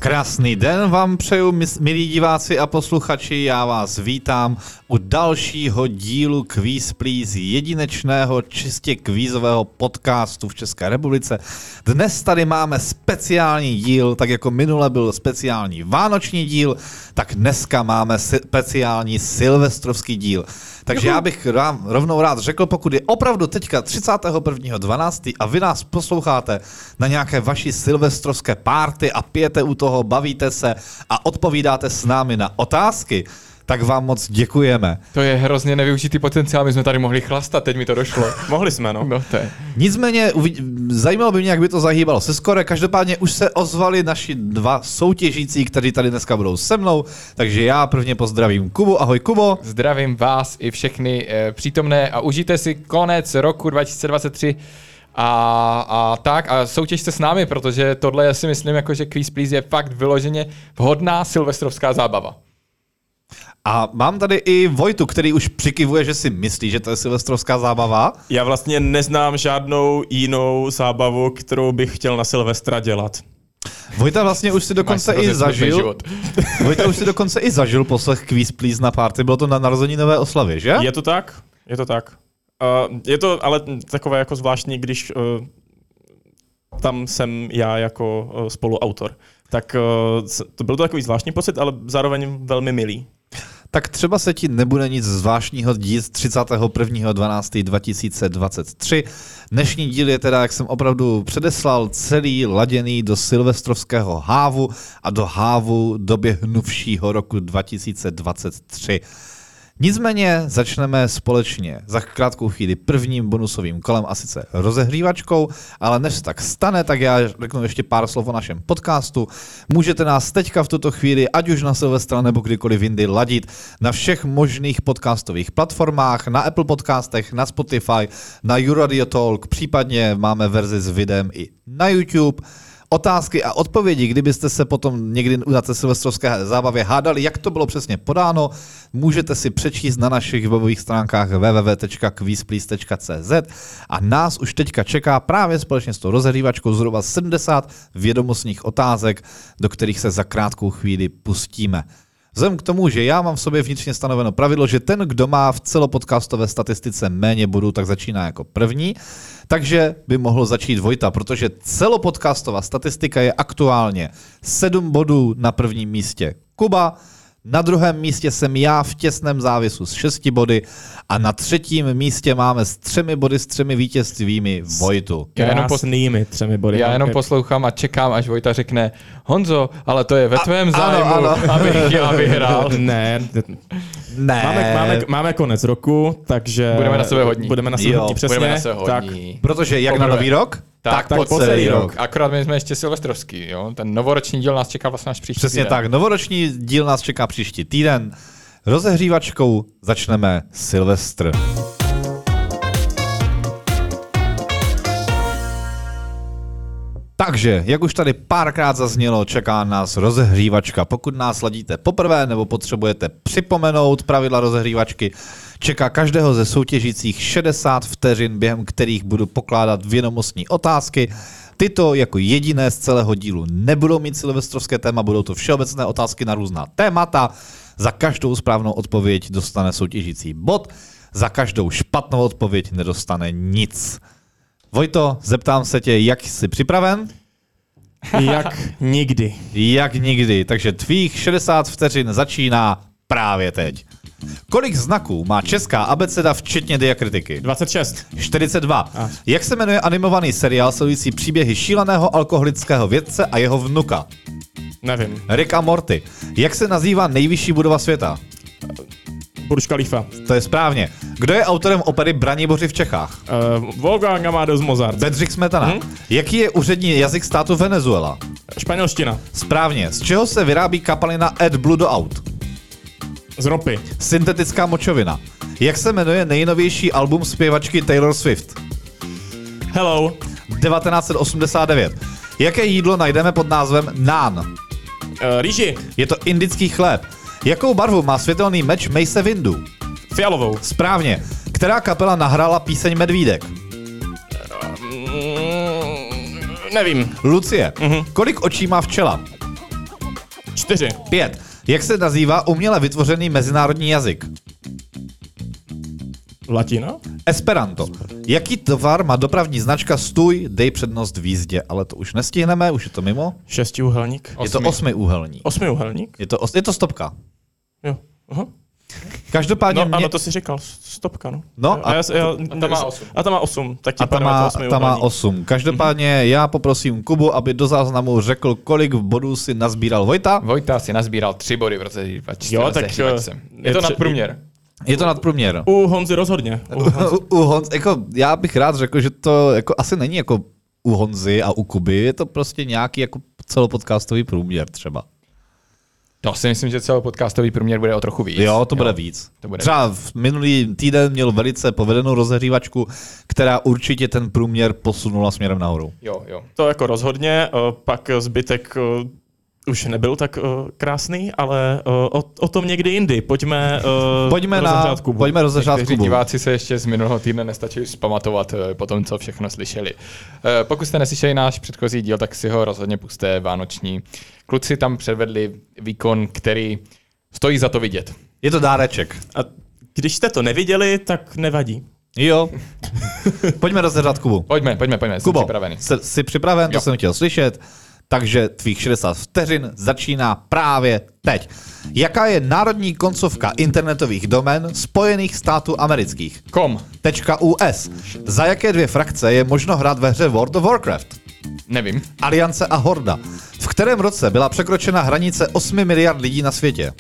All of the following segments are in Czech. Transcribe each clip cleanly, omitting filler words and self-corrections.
Krásný den vám přeju, milí diváci a posluchači, já vás vítám u dalšího dílu Quiz Please, jedinečného, čistě kvízového podcastu v České republice. Dnes tady máme speciální díl, tak jako minule byl speciální vánoční díl, tak dneska máme speciální silvestrovský díl. Takže já bych rovnou rád řekl, pokud je opravdu teďka 31.12. a vy nás posloucháte na nějaké vaší silvestrovské párty a pijete u toho, bavíte se a odpovídáte s námi na otázky, tak vám moc děkujeme. To je hrozně nevyužitý potenciál, my jsme tady mohli chlastat, teď mi to došlo. Mohli jsme, no. To je. Nicméně zajímalo by mě, jak by to zahýbalo se skore. Každopádně už se ozvali naši dva soutěžící, kteří tady dneska budou se mnou, takže já prvně pozdravím Kubu. Ahoj Kubo. Zdravím vás i všechny přítomné a užijte si konec roku 2023 a soutěžte s námi, protože tohle já si myslím, jako, že Quiz Please je fakt vyloženě vhodná silvestrovská zábava. A mám tady i Vojtu, který už přikivuje, že si myslí, že to je silvestrovská zábava. Já vlastně neznám žádnou jinou zábavu, kterou bych chtěl na Silvestra dělat. Vojta vlastně už si dokonce i zažil. Vojta už si dokonce i zažil poslech Quiz Please na party, bylo to na narozeninové oslavě, že? Je to tak? Je to tak. Je to ale takové jako zvláštní, když tam jsem já jako spoluautor. Tak to byl to takový zvláštní pocit, ale zároveň velmi milý. Tak třeba se ti nebude nic zvláštního dít 31.12.2023. Dnešní díl je teda, jak jsem opravdu předeslal, celý laděný do silvestrovského hávu a do hávu doběhnuvšího roku 2023. Nicméně začneme společně za krátkou chvíli prvním bonusovým kolem a sice rozehřívačkou, ale než se tak stane, tak já řeknu ještě pár slov o našem podcastu. Můžete nás teďka v tuto chvíli, ať už na Silvestra nebo kdykoliv jindy, ladit na všech možných podcastových platformách, na Apple podcastech, na Spotify, na YouRadio Talk, případně máme verzi s videem i na YouTube. Otázky a odpovědi, kdybyste se potom někdy na té silvestrovské zábavě hádali, jak to bylo přesně podáno, můžete si přečíst na našich webových stránkách www.quizplease.cz a nás už teďka čeká právě společně s tou rozehřívačkou zhruba 70 vědomostních otázek, do kterých se za krátkou chvíli pustíme. Vzhledem k tomu, že já mám v sobě vnitřně stanoveno pravidlo, že ten, kdo má v celopodcastové statistice méně bodů, tak začíná jako první, takže by mohl začít Vojta, protože celopodcastová statistika je aktuálně 7 bodů na prvním místě Kuba, na druhém místě jsem já v těsném závěsu s 6 body a na třetím místě máme s 3 body, s 3 vítězstvími Vojtu. Krásnými 3 body. Já jenom poslouchám a čekám, až Vojta řekne: Honzo, ale to je ve tvém zájmu, abych já vyhrál. Ne. Máme konec roku, takže budeme na sebe hodní. Budeme na sebe hodní, přesně. Budeme na sebe hodní. Tak, protože jak na nový rok, tak po celý rok. Akorát my jsme ještě silvestrovský, jo? Ten novoroční díl nás čeká vlastně až příští Přesně týden. tak, novoroční díl nás čeká příští týden. Rozehřívačkou začneme Silvestr. Takže, jak už tady párkrát zaznělo, čeká nás rozehřívačka. Pokud nás ladíte poprvé nebo potřebujete připomenout pravidla rozehřívačky, čeká každého ze soutěžících 60 vteřin, během kterých budu pokládat vědomostní otázky. Tyto jako jediné z celého dílu nebudou mít silvestrovské téma, budou to všeobecné otázky na různá témata. Za každou správnou odpověď dostane soutěžící bod, za každou špatnou odpověď nedostane nic. Vojto, zeptám se tě, jak jsi připraven? Jak nikdy. Jak nikdy, takže tvých 60 vteřin začíná právě teď. Kolik znaků má česká abeceda včetně diakritiky? 26. 42. Jak se jmenuje animovaný seriál sledující příběhy šíleného alkoholického vědce a jeho vnuka? Nevím. Rick a Morty. Jak se nazývá nejvyšší budova světa? Burj Khalifa. To je správně. Kdo je autorem opery Braniboři v Čechách? Wolfgang Amadeus Mozart. Bedřich Smetana. Jaký je úřední jazyk státu Venezuela? Španělština. Správně. Z čeho se vyrábí kapalina AdBlue do aut? Z ropy. Syntetická močovina. Jak se jmenuje nejnovější album zpěvačky Taylor Swift? Hello. 1989. Jaké jídlo najdeme pod názvem naan? Rýži. Je to indický chléb. Jakou barvu má světelný meč Mace Windu? Fialovou. Správně. Která kapela nahrála píseň Medvídek? Nevím. Lucie. Kolik očí má včela? 4. 5. Jak se nazývá uměle vytvořený mezinárodní jazyk? Latina? Esperanto. Jaký tovar má dopravní značka Stůj, dej přednost v jízdě? Ale to už nestihneme, už je to mimo. 6úhelník. Je to 8úhelník. 8úhelník? Je to stopka. Jo. Aha. Každopádně No, ano, to si říkal, stopka, no. No, a ta má 8. A ta má 8, tak ti a ta má 8. Každopádně já poprosím Kubu, aby do záznamu řekl, kolik bodů si nazbíral Vojta. Vojta si nazbíral 3 body v rozehřívačce. Jo, tak je to nadprůměr. Je to nadprůměr. U Honzy rozhodně. U Honzy, jako, já bych rád řekl, že to jako, asi není jako u Honzy a u Kuby, je to prostě nějaký jako celopodcastový průměr třeba. To si myslím, že celopodcastový průměr bude o trochu víc. Jo, to bude víc. To bude třeba v minulý týden měl velice povedenou rozehřívačku, která určitě ten průměr posunula směrem nahoru. Jo. To jako rozhodně, pak zbytek už nebyl tak krásný, ale o tom někdy jindy. Pojďme rozehřát Kubu. Diváci se ještě z minulého týdne nestačili zpamatovat po tom, co všechno slyšeli. Pokud jste neslyšeli náš předchozí díl, tak si ho rozhodně pusťte vánoční. Kluci tam předvedli výkon, který stojí za to vidět. Je to dáreček. A když jste to neviděli, tak nevadí. Jo. Pojďme rozehřát Kubu. Pojďme, jsem Kubo, připravený. Jsi připraven? Jo. To jsem chtěl slyšet. Takže tvých 60 vteřin začíná právě teď. Jaká je národní koncovka internetových domén Spojených států amerických? .us. Za jaké 2 frakce je možno hrát ve hře World of Warcraft? Nevím. Aliance a Horda. V kterém roce byla překročena hranice 8 miliard lidí na světě?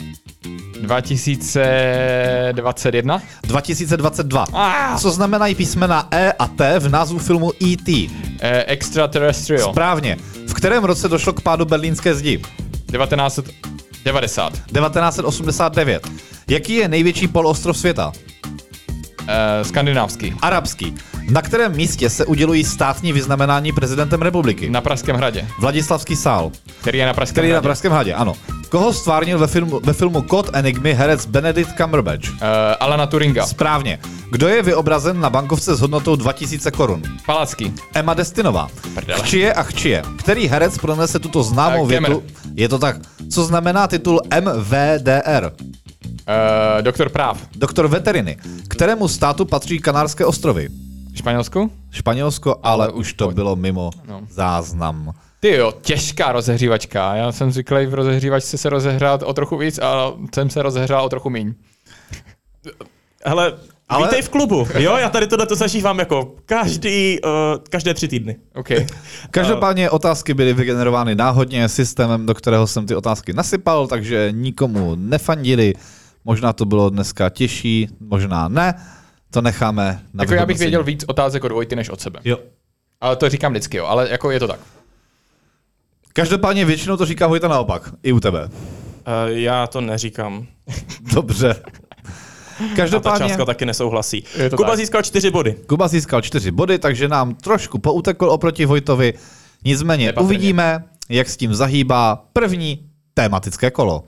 2021? 2022. Co znamenají písmena E a T v názvu filmu E.T.? Extraterrestrial. Správně. V kterém roce došlo k pádu berlínské zdi? 1990. 1989. Jaký je největší poloostrov světa? Skandinávský. Arabský. Na kterém místě se udělují státní vyznamenání prezidentem republiky? Na Pražském hradě. Vladislavský sál. Který je na Pražském Který je hradě. na Pražském hradě, ano. Koho stvárnil ve filmu Kód Enigmy herec Benedict Cumberbatch? Alana Turinga. Správně. Kdo je vyobrazen na bankovce s hodnotou 2000 korun? Palacký. Emma Destinová. Prdele. Chčije. Který herec pronese tuto známou větu? Je to tak. Co znamená titul MVDR? Doktor práv. Doktor veteriny. Kterému státu patří Kanárské ostrovy? Španělsku? Španělsko, ale už to bylo mimo záznam. Ty jo, těžká rozehřívačka. Já jsem zvyklý v rozehřívačce se rozehrát o trochu víc a jsem se rozehřál o trochu míň. Hele, vítej v klubu. Jo, já tady tohleto zažívám jako každé 3 týdny. Okay. Každopádně otázky byly vygenerovány náhodně systémem, do kterého jsem ty otázky nasypal, takže nikomu nefandili. Možná to bylo dneska těžší, možná ne. To necháme na jako já bych věděl víc otázek od Vojty než od sebe. Jo. Ale to říkám vždycky, jo. Ale jako je to tak. Každopádně většinou to říká Vojta naopak. I u tebe. Já to neříkám. Dobře. Každopádně... A ta částka taky nesouhlasí. Kuba získal 4 body. Kuba získal 4 body, takže nám trošku poutekl oproti Vojtovi. Nicméně uvidíme, jak s tím zahýbá první tematické kolo.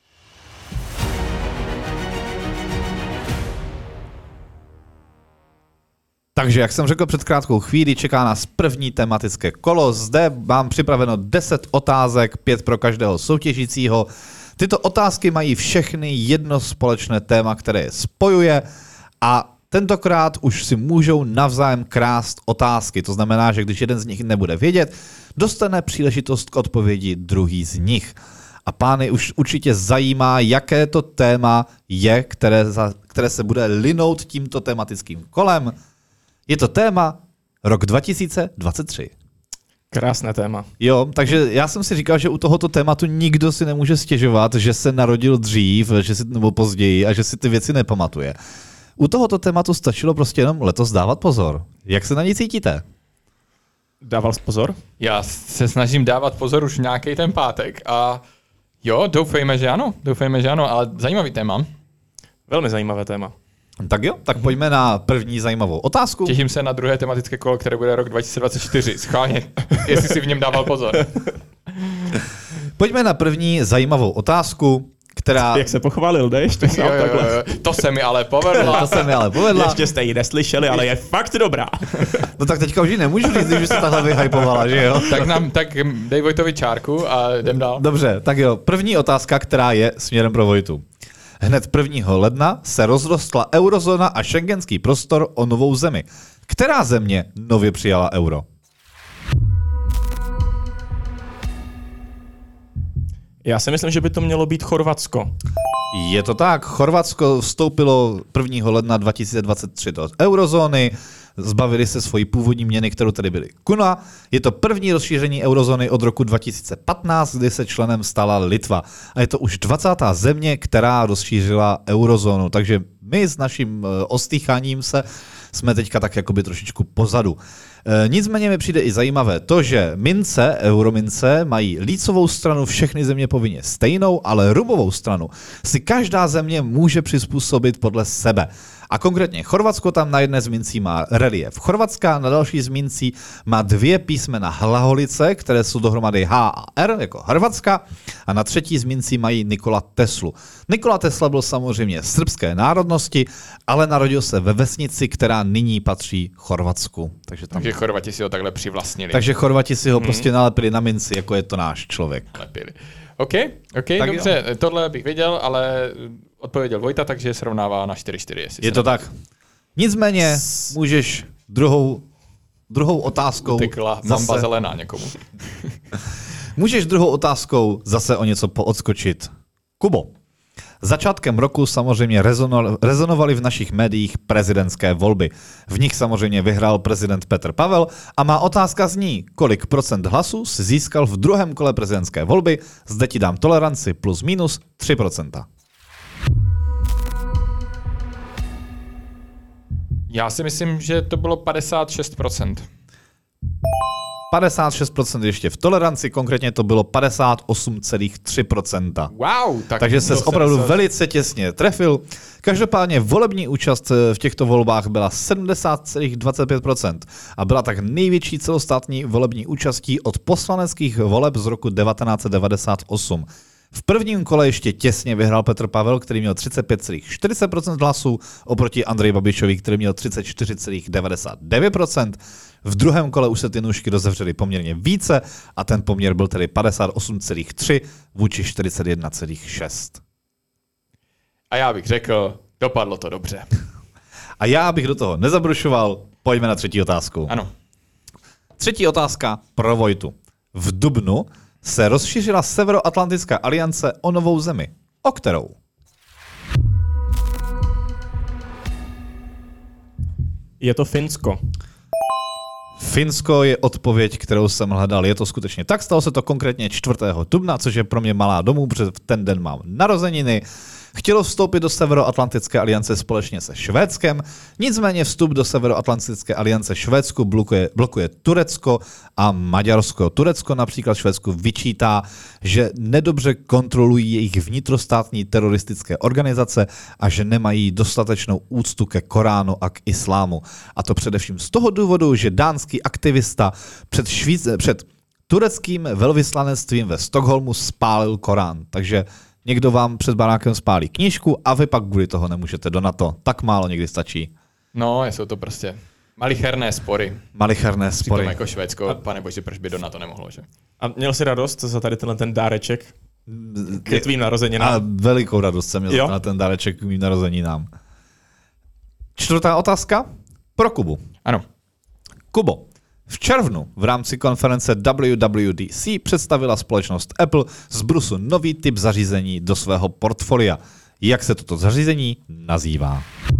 Takže, jak jsem řekl před krátkou chvíli, čeká nás první tematické kolo. Zde mám připraveno 10 otázek, 5 pro každého soutěžícího. Tyto otázky mají všechny jedno společné téma, které je spojuje a tentokrát už si můžou navzájem krást otázky. To znamená, že když jeden z nich nebude vědět, dostane příležitost k odpovědi druhý z nich. A pány už určitě zajímá, jaké to téma je, které se bude linout tímto tematickým kolem. Je to téma rok 2023. Krásné téma. Jo, takže já jsem si říkal, že u tohoto tématu nikdo si nemůže stěžovat, že se narodil dřív, nebo později a že si ty věci nepamatuje. U tohoto tématu stačilo prostě jenom letos dávat pozor. Jak se na ní cítíte? Dával jsi pozor? Já se snažím dávat pozor už nějaký ten pátek a jo, doufejme, že ano, ale zajímavý téma. Velmi zajímavé téma. Tak jo, tak pojďme na první zajímavou otázku. Těším se na druhé tematické kolo, které bude rok 2024. Schválně, jestli si v něm dával pozor. Pojďme na první zajímavou otázku. která... Jak se pochválil, ne? Ještě sám takhle. To se mi ale povedla. Ještě jste ji neslyšeli, ale je fakt dobrá. No tak teďka už ji nemůžu říct, když se takhle vyhypovala, že jo? Tak dej Vojtovi čárku a jdem dál. Dobře, tak jo. První otázka, která je směrem pro Vojtu. Hned 1. ledna se rozrostla eurozóna a šengenský prostor o novou zemi. Která země nově přijala euro? Já si myslím, že by to mělo být Chorvatsko. Je to tak. Chorvatsko vstoupilo 1. ledna 2023 do eurozóny, zbavili se svojí původní měny, kterou tady byly kuna. Je to první rozšíření eurozóny od roku 2015, kdy se členem stala Litva. A je to už 20. země, která rozšířila eurozónu. Takže my s naším ostýcháním se jsme teďka tak jakoby trošičku pozadu. Nicméně mi přijde i zajímavé to, že mince, euromince, mají lícovou stranu všechny země povinně stejnou, ale rubovou stranu si každá země může přizpůsobit podle sebe. A konkrétně Chorvatsko tam na jedné z mincí má relief Chorvatska, na další z mincí má 2 písmena hlaholice, které jsou dohromady H a R, jako Hrvatska, a na třetí z mincí mají Nikola Teslu. Nikola Tesla byl samozřejmě srbské národnosti, ale narodil se ve vesnici, která nyní patří Chorvatsku. Takže Chorvati si ho takhle přivlastnili. Takže Chorvati si ho prostě nalepili na minci, jako je to náš člověk. Lepili. OK, dobře, tohle bych věděl, ale odpověděl Vojta, takže srovnává na 4-4. Je to tak. Nicméně můžeš druhou otázkou... Utykla mamba zelená někomu. Můžeš druhou otázkou zase o něco poodskočit. Kubo, začátkem roku samozřejmě rezonovaly v našich médiích prezidentské volby. V nich samozřejmě vyhrál prezident Petr Pavel a má otázka zní, kolik procent hlasů si získal v druhém kole prezidentské volby. Zde ti dám toleranci plus minus 3%. Já si myslím, že to bylo 56%. 56% ještě v toleranci, konkrétně to bylo 58,3%. Wow! Takže ses opravdu velice těsně trefil. Každopádně volební účast v těchto volbách byla 70,25% a byla tak největší celostátní volební účastí od poslaneckých voleb z roku 1998. V prvním kole ještě těsně vyhrál Petr Pavel, který měl 35,40% hlasů, oproti Andreji Babišovi, který měl 34,99%. V druhém kole už se ty nůžky rozevřely poměrně více a ten poměr byl tedy 58,3 vůči 41,6. A já bych řekl, dopadlo to dobře. A já bych do toho nezabrušoval, pojďme na třetí otázku. Ano. Třetí otázka pro Vojtu. V dubnu se rozšířila Severoatlantická aliance o novou zemi. O kterou? Je to Finsko. Finsko je odpověď, kterou jsem hledal. Je to skutečně tak. Stalo se to konkrétně 4. dubna, což je pro mě malá domů, protože v ten den mám narozeniny. Chtělo vstoupit do Severoatlantické aliance společně se Švédskem, nicméně vstup do Severoatlantické aliance Švédsku blokuje Turecko a Maďarsko. Turecko například Švédsku vyčítá, že nedobře kontrolují jejich vnitrostátní teroristické organizace a že nemají dostatečnou úctu ke Koránu a k islámu. A to především z toho důvodu, že dánský aktivista před tureckým velvyslanectvím ve Stockholmu spálil Korán. Takže někdo vám před barákem spálí knížku a vy pak kvůli toho nemůžete do NATO. Tak málo někdy stačí. No, jsou to prostě malicherné spory. Malicherné spory. Přitom jako Švédsko, pane bože, proč by do NATO nemohlo, že? A měl jsi radost za tady ten dáreček k tvým narozeninám? A velikou radost jsem měl na ten dáreček k mým narozeninám. Čtvrtá otázka pro Kubu. Ano. Kubo, v červnu v rámci konference WWDC představila společnost Apple z brusu nový typ zařízení do svého portfolia. Jak se toto zařízení nazývá?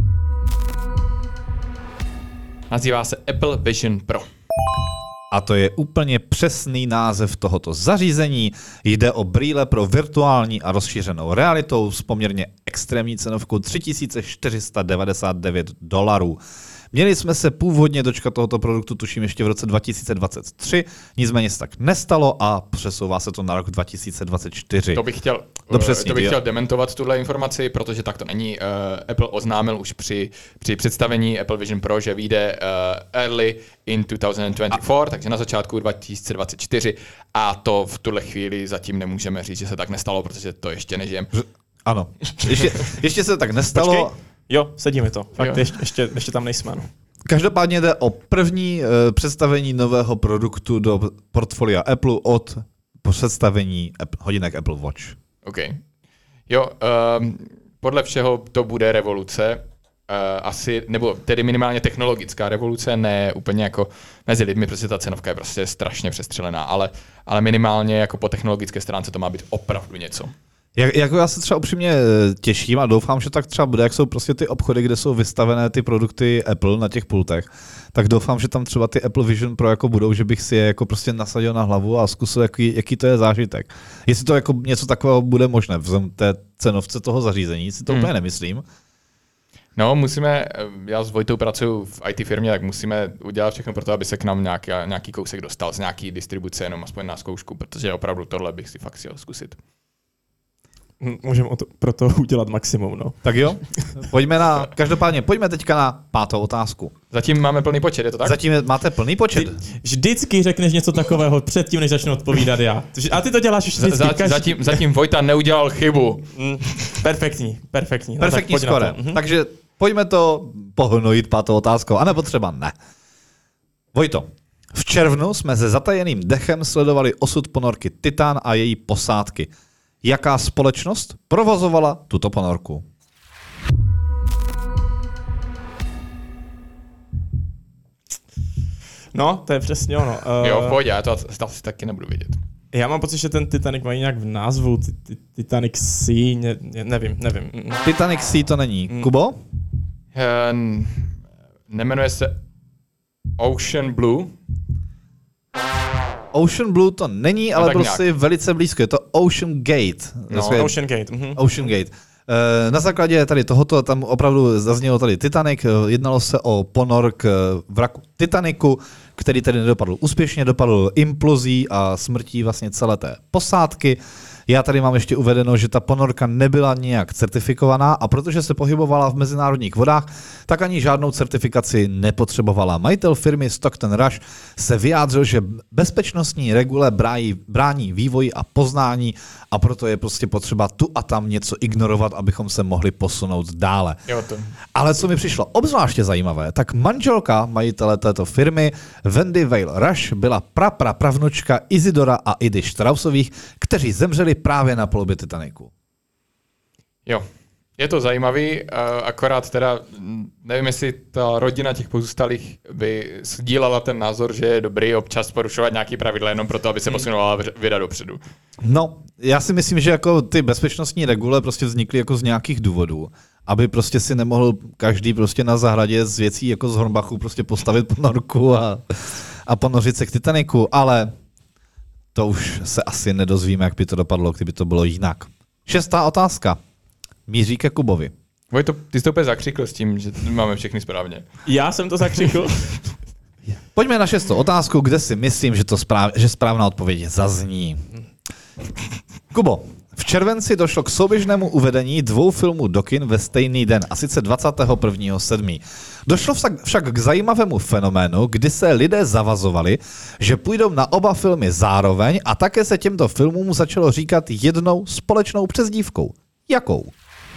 Nazývá se Apple Vision Pro. A to je úplně přesný název tohoto zařízení. Jde o brýle pro virtuální a rozšířenou realitou s poměrně extrémní cenovkou $3,499. Měli jsme se původně dočkat tohoto produktu, tuším ještě v roce 2023, nicméně se tak nestalo a přesouvá se to na rok 2024. To bych chtěl dementovat tuhle informaci, protože tak to není. Apple oznámil už při představení Apple Vision Pro, že vyjde early in 2024, takže na začátku 2024 a to v tuhle chvíli zatím nemůžeme říct, že se tak nestalo, protože to ještě nežijeme. Ano. Ještě se tak nestalo. Počkej. Jo, sedíme to. Fakt, Jo. ještě tam nejsme. No. Každopádně jde o první představení nového produktu do portfolia Apple od představení hodinek Apple Watch. OK. Jo, podle všeho to bude revoluce. Asi, nebo tedy minimálně technologická revoluce, ne úplně jako mezi lidmi, protože ta cenovka je prostě strašně přestřelená, ale minimálně jako po technologické stránce to má být opravdu něco. Jako já se třeba upřímně těším a doufám, že tak třeba bude, jak jsou prostě ty obchody, kde jsou vystavené ty produkty Apple na těch pultech, tak doufám, že tam třeba ty Apple Vision Pro jako budou, že bych si je jako prostě nasadil na hlavu a zkusil, jaký to je zážitek. Jestli to jako něco takového bude možné vzhledem té cenovce toho zařízení, si to úplně nemyslím. No, musíme, já s Vojtou pracuji v IT firmě, tak musíme udělat všechno pro to, aby se k nám nějaký kousek dostal z nějaký distribuce, jenom aspoň na zkoušku, protože opravdu tohle bych si fakt chtěl zkusit. Můžeme pro to udělat maximum, no. Tak jo, každopádně pojďme teďka na 5. otázku. Zatím máme plný počet, je to tak? Zatím máte plný počet. Ty vždycky řekneš něco takového předtím, než začnu odpovídat já. A ty to děláš už vždycky. Zatím Vojta neudělal chybu. Perfektní. Perfektní skore. Takže pojďme to pohnojit 5. otázkou, anebo třeba ne. Vojto, v červnu jsme se zatajeným dechem sledovali osud ponorky Titan a její posádky. Jaká společnost provozovala tuto ponorku? No, to je přesně ono. Jo, pojď, já to asi taky nebudu vědět. Já mám pocit, že ten Titanic má nějak v názvu, Titanic Sea, nevím. Titanic Sea to není. Kubo? Nemenuje se Ocean Blue? Ocean Blue to není, ale byl nějak. si velice blízko. Je to Ocean Gate. Ocean Gate. Ocean Gate. Na základě tady tohoto tam opravdu zaznělo tady Titanic. Jednalo se o ponork vraku Titanicu, který tedy nedopadl úspěšně, dopadl implozí a smrtí vlastně celé té posádky. Já tady mám ještě uvedeno, že ta ponorka nebyla nijak certifikovaná a protože se pohybovala v mezinárodních vodách, tak ani žádnou certifikaci nepotřebovala. Majitel firmy Stockton Rush se vyjádřil, že bezpečnostní regule brání vývoji a poznání a proto je prostě potřeba tu a tam něco ignorovat, abychom se mohli posunout dále. Jo, to. Ale co mi přišlo obzvláště zajímavé, tak manželka majitele této firmy Wendy Vale Rush byla pravnučka Isidora a Idy Strausových, kteří zemřeli právě na palubě Titanicu. Jo, je to zajímavý, akorát teda nevím, jestli ta rodina těch pozůstalých by sdílala ten názor, že je dobrý občas porušovat nějaký pravidla jenom proto, aby se posunula věda dopředu. No, já si myslím, že jako ty bezpečnostní regule prostě vznikly jako z nějakých důvodů, aby prostě si nemohl každý prostě na zahradě z věcí jako z Hornbachu prostě postavit ponorku a ponořit se k Titanicu, ale to už se asi nedozvíme, jak by to dopadlo, kdyby to bylo jinak. 6. otázka. Míří ke Kubovi. Vojto, ty jsi to úplně zakřikl s tím, že máme všechny správně. Já jsem to zakřikl. Pojďme na 6. otázku, kde si myslím, že správná odpověď zazní. Kubo, v červenci došlo k souběžnému uvedení 2 filmů do kin ve stejný den, a sice 21.7. Došlo však k zajímavému fenoménu, kdy se lidé zavazovali, že půjdou na oba filmy zároveň a také se těmto filmům začalo říkat jednou společnou přezdívkou. Jakou?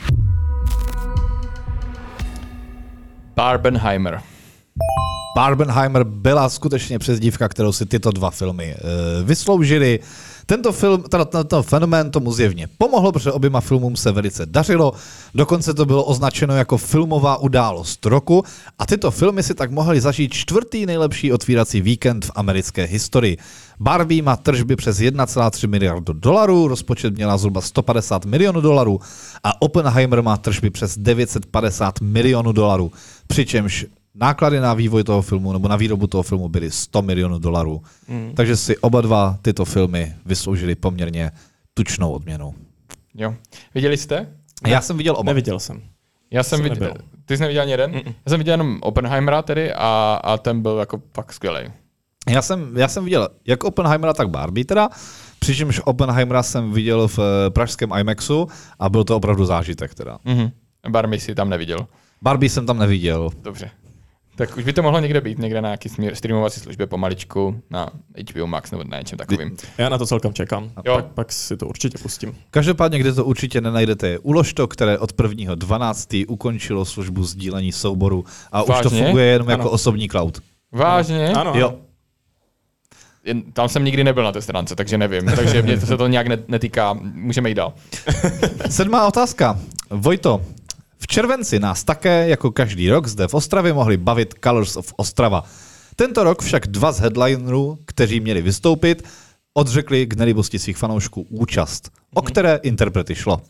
Barbenheimer. Barbenheimer byla skutečně přezdívka, kterou si tyto 2 filmy vysloužily. Tento fenomén tomu zjevně pomohl, protože oběma filmům se velice dařilo. Dokonce to bylo označeno jako filmová událost roku a tyto filmy si tak mohly zažít 4. nejlepší otvírací víkend v americké historii. Barbie má tržby přes 1,3 miliardu dolarů, rozpočet měla zhruba 150 milionů dolarů a Oppenheimer má tržby přes 950 milionů dolarů, přičemž náklady na vývoj toho filmu nebo na výrobu toho filmu byly 100 milionů dolarů. Takže si oba 2 tyto filmy vysloužily poměrně tučnou odměnu. Jo. Viděli jste? Já jsem viděl oba. Neviděl jsem. Já jsem viděl. Ty jsi neviděl ani jeden? Já jsem viděl jenom Oppenheimera tedy a ten byl jako fakt skvělý. Já jsem viděl jak Oppenheimera, tak Barbie teda, přičemž Oppenheimera jsem viděl v pražském IMAXu a byl to opravdu zážitek teda. Barbie si tam neviděl. Barbie jsem tam neviděl. Dobře. Tak už by to mohlo někde být, někde na nějaký streamovací službě pomaličku, na HBO Max nebo na něčem takovým. Já na to celkem čekám. Jo. Pak si to určitě pustím. Každopádně, kde to určitě nenajdete, je Uložto, které od 1.12. ukončilo službu sdílení souboru a už to Vážně? funguje jenom jako Ano. osobní cloud. Vážně? Ano, Jo. Tam jsem nikdy nebyl na té stránce, takže nevím. Takže mě se to nějak netýká. Můžeme jít dál. 7. otázka. Vojto, v červenci nás také, jako každý rok, zde v Ostravě mohli bavit Colors of Ostrava. Tento rok však 2 z headlinerů, kteří měli vystoupit, odřekli k nelibosti svých fanoušků účast. O které interprety šlo?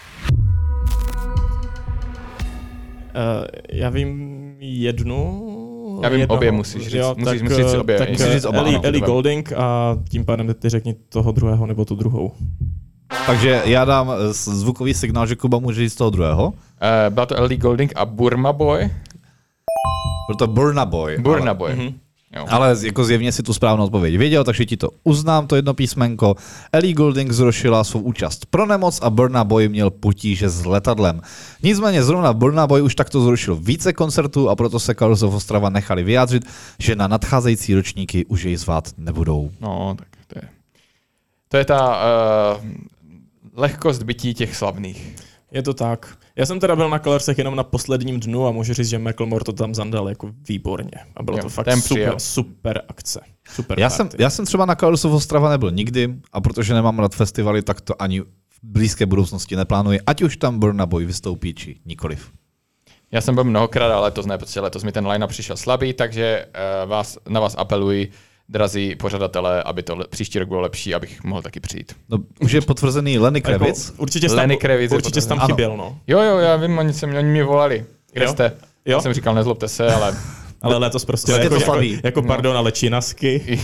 Já vím jednu. Já vím, jednoho. obě musíš říct. Jo, Musíš říct obě. Tak Musíš říct oba, ano. Ellie Goulding a tím pádem ty řekni toho druhého nebo tu druhou. Takže já dám zvukový signál, že Kuba může říct toho druhého. Byla to Ellie Goulding a Burma Boy. Byl to Burna Boy. Burna Boy. Jo. Ale jako zjevně si tu správnou odpověď věděl, takže ti to uznám, to jedno písmenko. Ellie Goulding zrušila svou účast pro nemoc a Burna Boy měl potíže s letadlem. Nicméně zrovna Burna Boy už takto zrušil více koncertů a proto se Colors of Ostrava nechali vyjádřit, že na nadcházející ročníky už jej zvát nebudou. No, tak to je ta lehkost bytí těch slavných. Je to tak. Já jsem teda byl na Colorsech jenom na posledním dnu a můžu říct, že Macklemore to tam zandal jako výborně. A bylo to fakt super akce. Super Já jsem třeba na Colors of Ostrava nebyl nikdy a protože nemám rád festivaly, tak to ani v blízké budoucnosti neplánuji, ať už tam Burna Boy vystoupí, či nikoliv. Já jsem byl mnohokrát, ale letos ne, protože letos mi ten line-up přišel slabý, takže na vás apeluji, drazí pořadatelé, aby to příští rok bylo lepší, abych mohl taky přijít. No, už je potvrzený Lenny Kravitz. Jako, určitě jsi tam chyběl, no. Jo, já vím, oni mě volali. Kde jste? Jo? Já jsem říkal, nezlobte se, ale... Ale letos prostě jako pardon, ale činasky.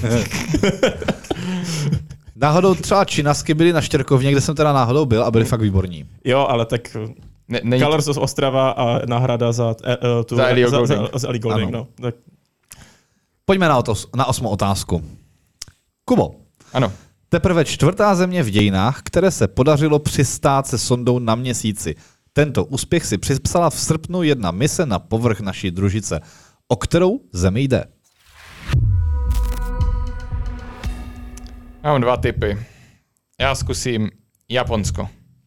Náhodou třeba činasky byly na Štěrkovně, kde jsem teda náhodou byl a byli fakt výborní. Jo, ale tak Colors of Ostrava a náhrada za Ellie Goulding. Za Ellie Goulding, no. Tak. Pojďme na 8. otázku. Kubo. Ano. Teprve 4. země v dějinách, které se podařilo přistát se sondou na Měsíci. Tento úspěch si připsala v srpnu jedna mise na povrch naší družice. O kterou zemi jde? Já mám 2 tipy. Já zkusím Japonsko.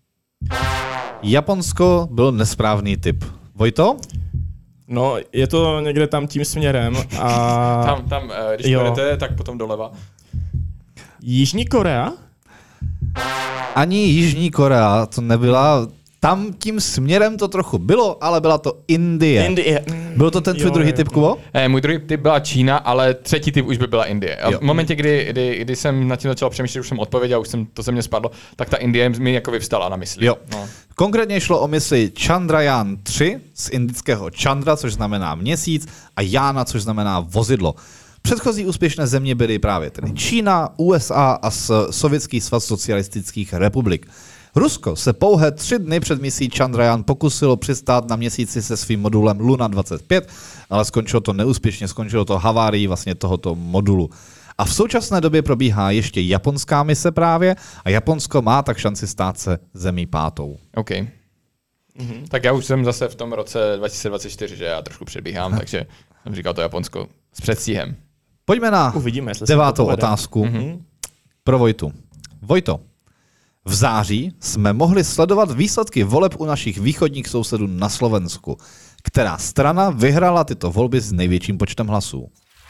Japonsko byl nesprávný tip. Vojto? No, je to někde tam tím směrem a... Tam když půjdete, tak potom doleva. Jižní Korea? Ani Jižní Korea to nebyla. Tam tím směrem to trochu bylo, ale byla to Indie. Byl to ten tvůj druhý tip, Kubo? Můj druhý tip byla Čína, ale třetí tip už by byla Indie. A v momentě, kdy jsem nad tím začal přemýšlet, už jsem odpověděl, už to ze mě spadlo, tak ta Indie mi jako vyvstala na mysli. Jo. No. Konkrétně šlo o misi Chandrayaan 3 z indického Chandra, což znamená měsíc, a Jána, což znamená vozidlo. Předchozí úspěšné země byly právě tedy Čína, USA a Sovětský svaz socialistických republik. Rusko se pouhé 3 dny před misí Chandrayaan pokusilo přistát na Měsíci se svým modulem Luna 25, ale skončilo to neúspěšně, skončilo to havárií vlastně tohoto modulu. A v současné době probíhá ještě japonská mise právě a Japonsko má tak šanci stát se zemí 5. OK. Tak já už jsem zase v tom roce 2024, že já trošku předbíhám, takže jsem říkal to Japonsko s předstihem. Pojďme na Uvidíme, 9. otázku pro Vojtu. Vojto, v září jsme mohli sledovat výsledky voleb u našich východních sousedů na Slovensku. Která strana vyhrála tyto volby s největším počtem hlasů?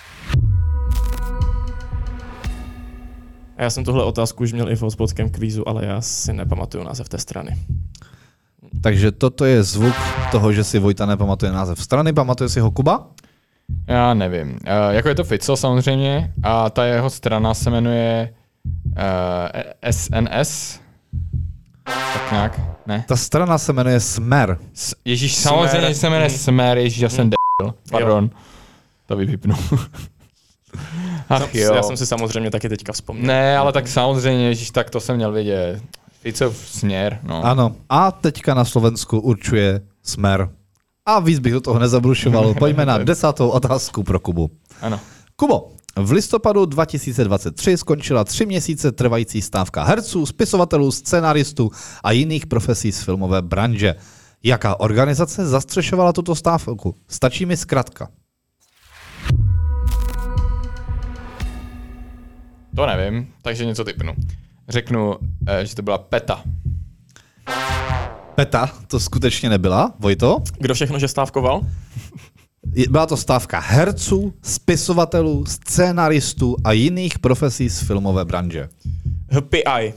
Já jsem tuhle otázku už měl i v hospodském kvízu, ale já si nepamatuju název té strany. Takže toto je zvuk toho, že si Vojta nepamatuje název strany. Pamatuje si ho Kuba? Já nevím. Jako je to Fico samozřejmě a ta jeho strana se jmenuje SNS. Tak nějak, ne? Ta strana se jmenuje Smer. Ježíš, samozřejmě se jmenuje Smer, ježíš, já jsem debil. Pardon. To vypnu. Ach jo. Já jsem si samozřejmě taky teďka vzpomněl. Ne, ale tak samozřejmě, ježíš, tak to jsem měl vědět. Ficov směr, no. Ano. A teďka na Slovensku určuje Smer. A víc bych do toho nezabrušoval. Pojďme na 10. otázku pro Kubu. Ano. Kubo, v listopadu 2023 skončila 3 měsíce trvající stávka herců, spisovatelů, scenáristů a jiných profesí z filmové branže. Jaká organizace zastřešovala tuto stávku? Stačí mi zkratka. To nevím, takže něco typnu. Řeknu, že to byla PETA. PETA to skutečně nebyla, Vojto. Kdo všechno že stávkoval? Byla to stávka herců, spisovatelů, scénaristů a jiných profesí z filmové branže. HPI.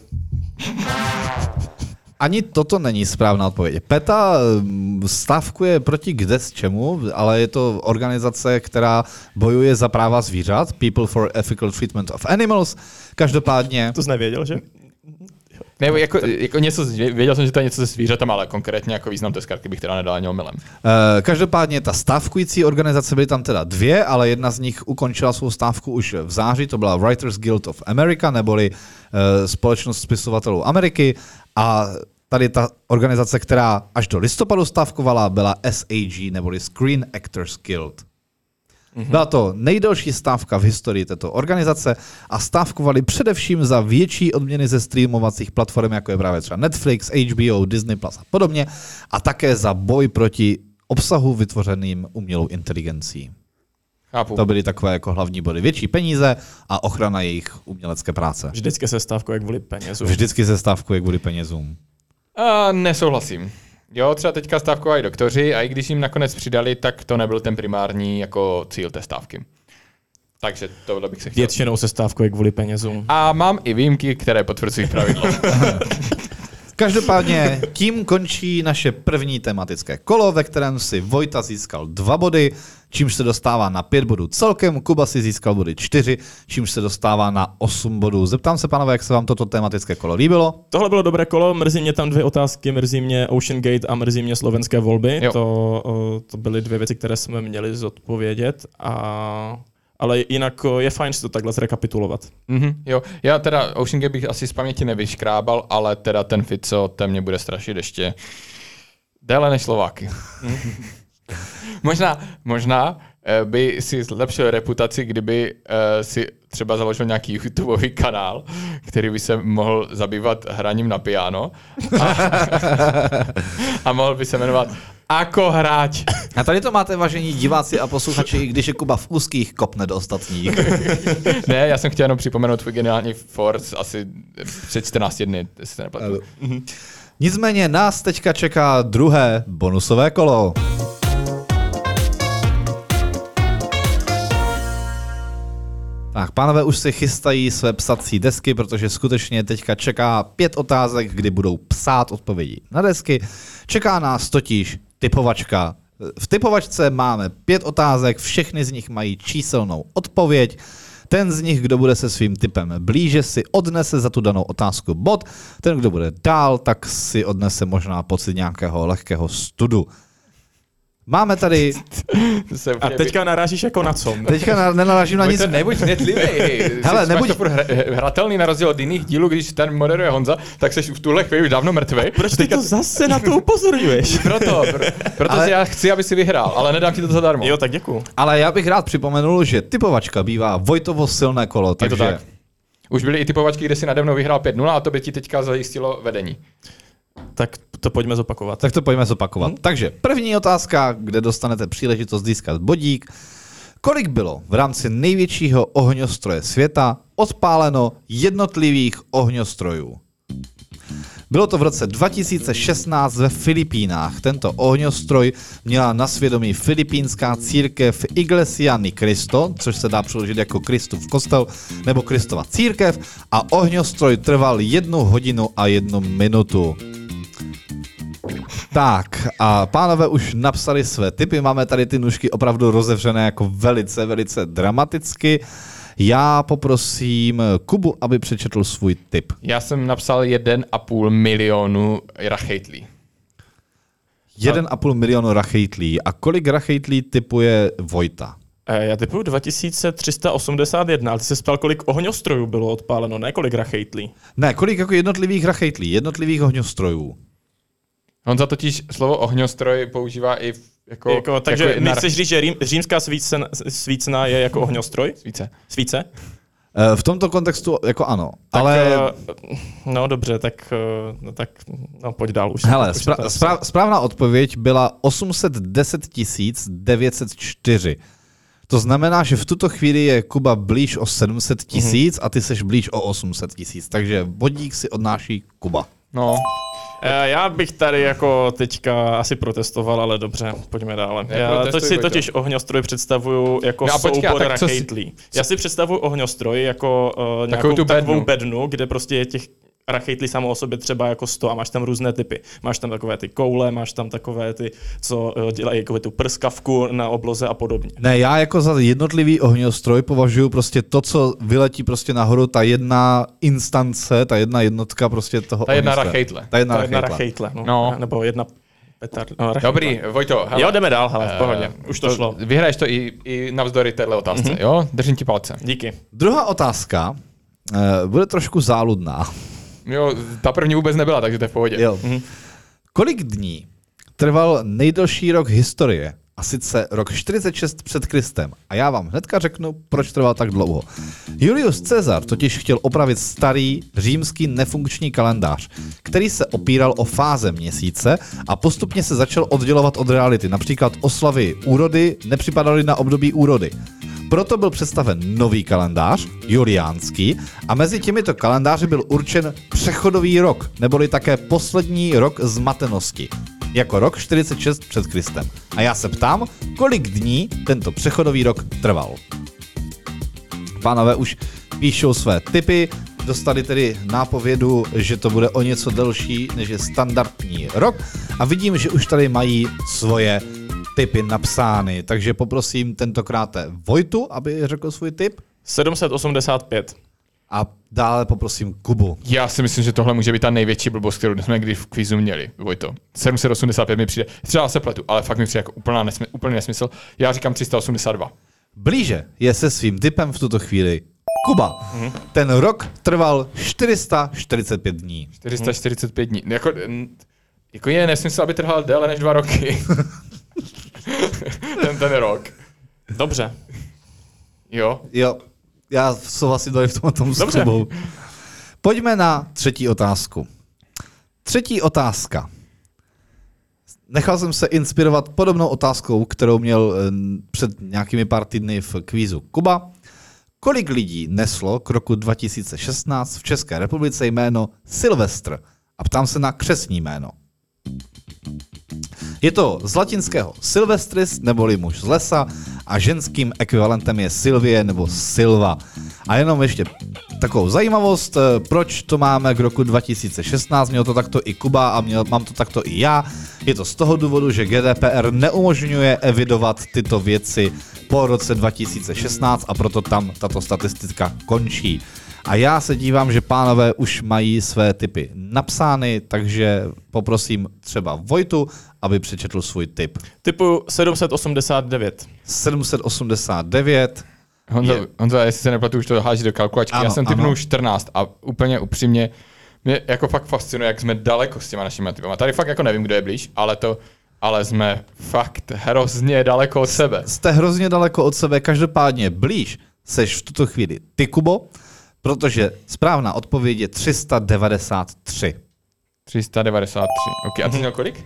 Ani toto není správná odpověď. PETA stávkuje proti kde s čemu, ale je to organizace, která bojuje za práva zvířat, People for Ethical Treatment of Animals. Každopádně... To jsi nevěděl, že? Ne, jako něco, věděl jsem, že to je něco se zvířatama, ale konkrétně jako význam té zkratky bych teda nedal ani omylem. Každopádně ta stávkující organizace, byly tam teda dvě, ale jedna z nich ukončila svou stávku už v září, to byla Writers Guild of America, neboli Společnost spisovatelů Ameriky, a tady ta organizace, která až do listopadu stávkovala, byla SAG, neboli Screen Actors Guild. Byla to nejdelší stávka v historii této organizace a stávkovali především za větší odměny ze streamovacích platform, jako je právě třeba Netflix, HBO, Disney Plus a podobně, a také za boj proti obsahu vytvořeným umělou inteligencí. Chápu. To byly takové jako hlavní body. Větší peníze a ochrana jejich umělecké práce. Vždycky se stávkuje kvůli penězům. Vždycky se stávkuje kvůli penězům. Nesouhlasím. Jo, třeba teďka stávkovají doktoři a i když jim nakonec přidali, tak to nebyl ten primární jako cíl té stávky. Takže tohle bych se chtěl. Většinou se stávkuje kvůli penězům. A mám i výjimky, které potvrzují pravidlo. Každopádně tím končí naše první tematické kolo, ve kterém si Vojta získal 2 body, čímž se dostává na 5 bodů celkem, Kuba si získal body 4, čímž se dostává na 8 bodů. Zeptám se, pánové, jak se vám toto tematické kolo líbilo? Tohle bylo dobré kolo, mrzí mě tam 2 otázky, mrzí mě Ocean Gate a mrzí mě slovenské volby. To byly 2 věci, které jsme měli zodpovědět, ale jinak je fajn si to takhle zrekapitulovat. Jo, já teda Ocean Gate bych asi z paměti nevyškrábal, ale teda ten Fico, ten mě bude strašit ještě déle než Slováky. Možná by si zlepšil reputaci, kdyby si třeba založil nějaký YouTubeový kanál, který by se mohl zabývat hraním na piano a mohl by se jmenovat Ako hráč. A tady to máte, vážení diváci a posluchači, i když je Kuba v úzkých, kopne do ostatních. Ne, já jsem chtěl jenom připomenout tvůj geniální Force asi před 14 dny, jestli se nepletu. Nicméně nás teďka čeká druhé bonusové kolo. Tak, pánové už si chystají své psací desky, protože skutečně teďka čeká 5 otázek, kdy budou psát odpovědi na desky. Čeká nás totiž typovačka. V typovačce máme 5 otázek, všechny z nich mají číselnou odpověď. Ten z nich, kdo bude se svým tipem blíže, si odnese za tu danou otázku bod. Ten, kdo bude dál, tak si odnese možná pocit nějakého lehkého studu. Máme tady... A teďka narážíš jako na co? Teďka nenarážím na nic. Nebuď netlivej. Hele, nebuď... to hratelný na rozdíl od jiných dílů, když ten moderuje Honza, tak seš v tuhle chvíli už dávno mrtvej. Proč ty to zase na to upozorňuješ? Protože já chci, aby si vyhrál, ale nedám ti to zadarmo. Jo, tak děkuju. Ale já bych rád připomenul, že typovačka bývá Vojtovo silné kolo, takže... Je to tak. Už byly i typovačky, kde si nade mnou vyhrál 5-0 a to by ti teďka zajistilo vedení. Tak to pojďme zopakovat. Tak to pojďme zopakovat. Takže první otázka, kde dostanete příležitost získat bodík. Kolik bylo v rámci největšího ohňostroje světa odpáleno jednotlivých ohňostrojů? Bylo to v roce 2016 ve Filipínách. Tento ohňostroj měla na svědomí filipínská církev Iglesia ni Cristo, což se dá přeložit jako Kristův kostel nebo Kristova církev, a ohňostroj trval 1 hodinu a 1 minutu. Tak, a pánové už napsali své tipy, máme tady ty nůžky opravdu rozevřené jako velice, velice dramaticky. Já poprosím Kubu, aby přečetl svůj tip. Já jsem napsal 1,5 milionu rachejtlí. 1,5 milionu rachejtlí. A kolik rachejtlí tipuje Vojta? Já tipuju 2381, ale ty se ptal, kolik ohňostrojů bylo odpáleno, ne kolik rachejtlí. Ne, kolik jako jednotlivých rachejtlí, jednotlivých ohňostrojů. Honza totiž slovo ohňostroj používá i takže jako nechceš říct, že římská svícna je jako ohňostroj? Svíce? V tomto kontextu jako ano, tak, ale... No dobře, tak pojď dál už. Hele, správná odpověď byla 810 904. To znamená, že v tuto chvíli je Kuba blíž o 700 000 a ty seš blíž o 800 000, takže bodík si odnáší Kuba. No. Já bych tady jako teďka asi protestoval, ale dobře, pojďme dále. Já si totiž ohňostroj představuju jako soubor rachejtlí. Já si představuju ohňostroj jako nějakou takovou bednu, kde prostě je těch rachejtlí samo o sobě třeba jako 100 a máš tam různé typy. Máš tam takové ty koule, máš tam takové ty, co dělají jako tu prskavku na obloze a podobně. Ne, já jako za jednotlivý ohňostroj považuji prostě to, co vyletí prostě nahoru, ta jedna instance, ta jedna jednotka prostě toho Ta jedna rachejtle. Ta jedna rachejtle. No. Nebo jedna petard. No, dobrý, Vojto. Hele, jo, jdeme dál, hele, v pohodě. Už to šlo. Vyhraješ to i navzdory téhle otázce, jo? Držím ti palce. Díky. Druhá otázka bude trošku záludná. Jo, ta první vůbec nebyla, takže to je v pohodě. Jo. Kolik dní trval nejdelší rok historie? A sice rok 46 před Kristem. A já vám hnedka řeknu, proč trval tak dlouho. Julius Caesar totiž chtěl opravit starý římský nefunkční kalendář, který se opíral o fáze měsíce a postupně se začal oddělovat od reality. Například oslavy úrody nepřipadaly na období úrody. Proto byl představen nový kalendář, juliánský, a mezi těmito kalendáři byl určen přechodový rok, neboli také poslední rok zmatenosti, jako rok 46 před Kristem. A já se ptám, kolik dní tento přechodový rok trval. Pánové už píšou své tipy, dostali tedy nápovědu, že to bude o něco delší, než je standardní rok, a vidím, že už tady mají svoje tipy napsány, takže poprosím tentokrát Vojtu, aby řekl svůj tip. 785. A dále poprosím Kubu. Já si myslím, že tohle může být ta největší blbost, kterou jsme kdy v kvízu měli, Vojto. 785 mi přijde, třeba se pletu, ale fakt mi přijde jako úplný nesmysl. Já říkám 382. Blíže je se svým tipem v tuto chvíli Kuba. Ten rok trval 445 dní. 445 dní. Jako je nesmysl, aby trval déle než 2 roky. ten rok. Dobře. Jo. Já souhlasím tady v tom s Kubou. Pojďme na třetí otázku. Třetí otázka. Nechal jsem se inspirovat podobnou otázkou, kterou měl před nějakými pár týdny v kvízu Kuba. Kolik lidí neslo k roku 2016 v České republice jméno Silvestr? A ptám se na křestní jméno. Je to z latinského Silvestris, neboli muž z lesa, a ženským ekvivalentem je Sylvie nebo Silva. A jenom ještě takovou zajímavost, proč to máme k roku 2016, měl to takto i Kuba a mám to takto i já. Je to z toho důvodu, že GDPR neumožňuje evidovat tyto věci po roce 2016 a proto tam tato statistika končí. A já se dívám, že pánové už mají své tipy napsány, takže poprosím třeba Vojtu, aby přečetl svůj tip. Typu 789. 789. Honzo, jestli se nepletu, už to háží do kalkulačky. Ano, já jsem typnul 14 a úplně upřímně mě jako fakt fascinuje, jak jsme daleko s těma našimi typama. Tady fakt jako nevím, kdo je blíž, ale jsme fakt hrozně daleko od sebe. Jste hrozně daleko od sebe, každopádně blíž seš v tuto chvíli ty, Kubo, protože správná odpověď je 393. 393. Ok, a ty měl kolik?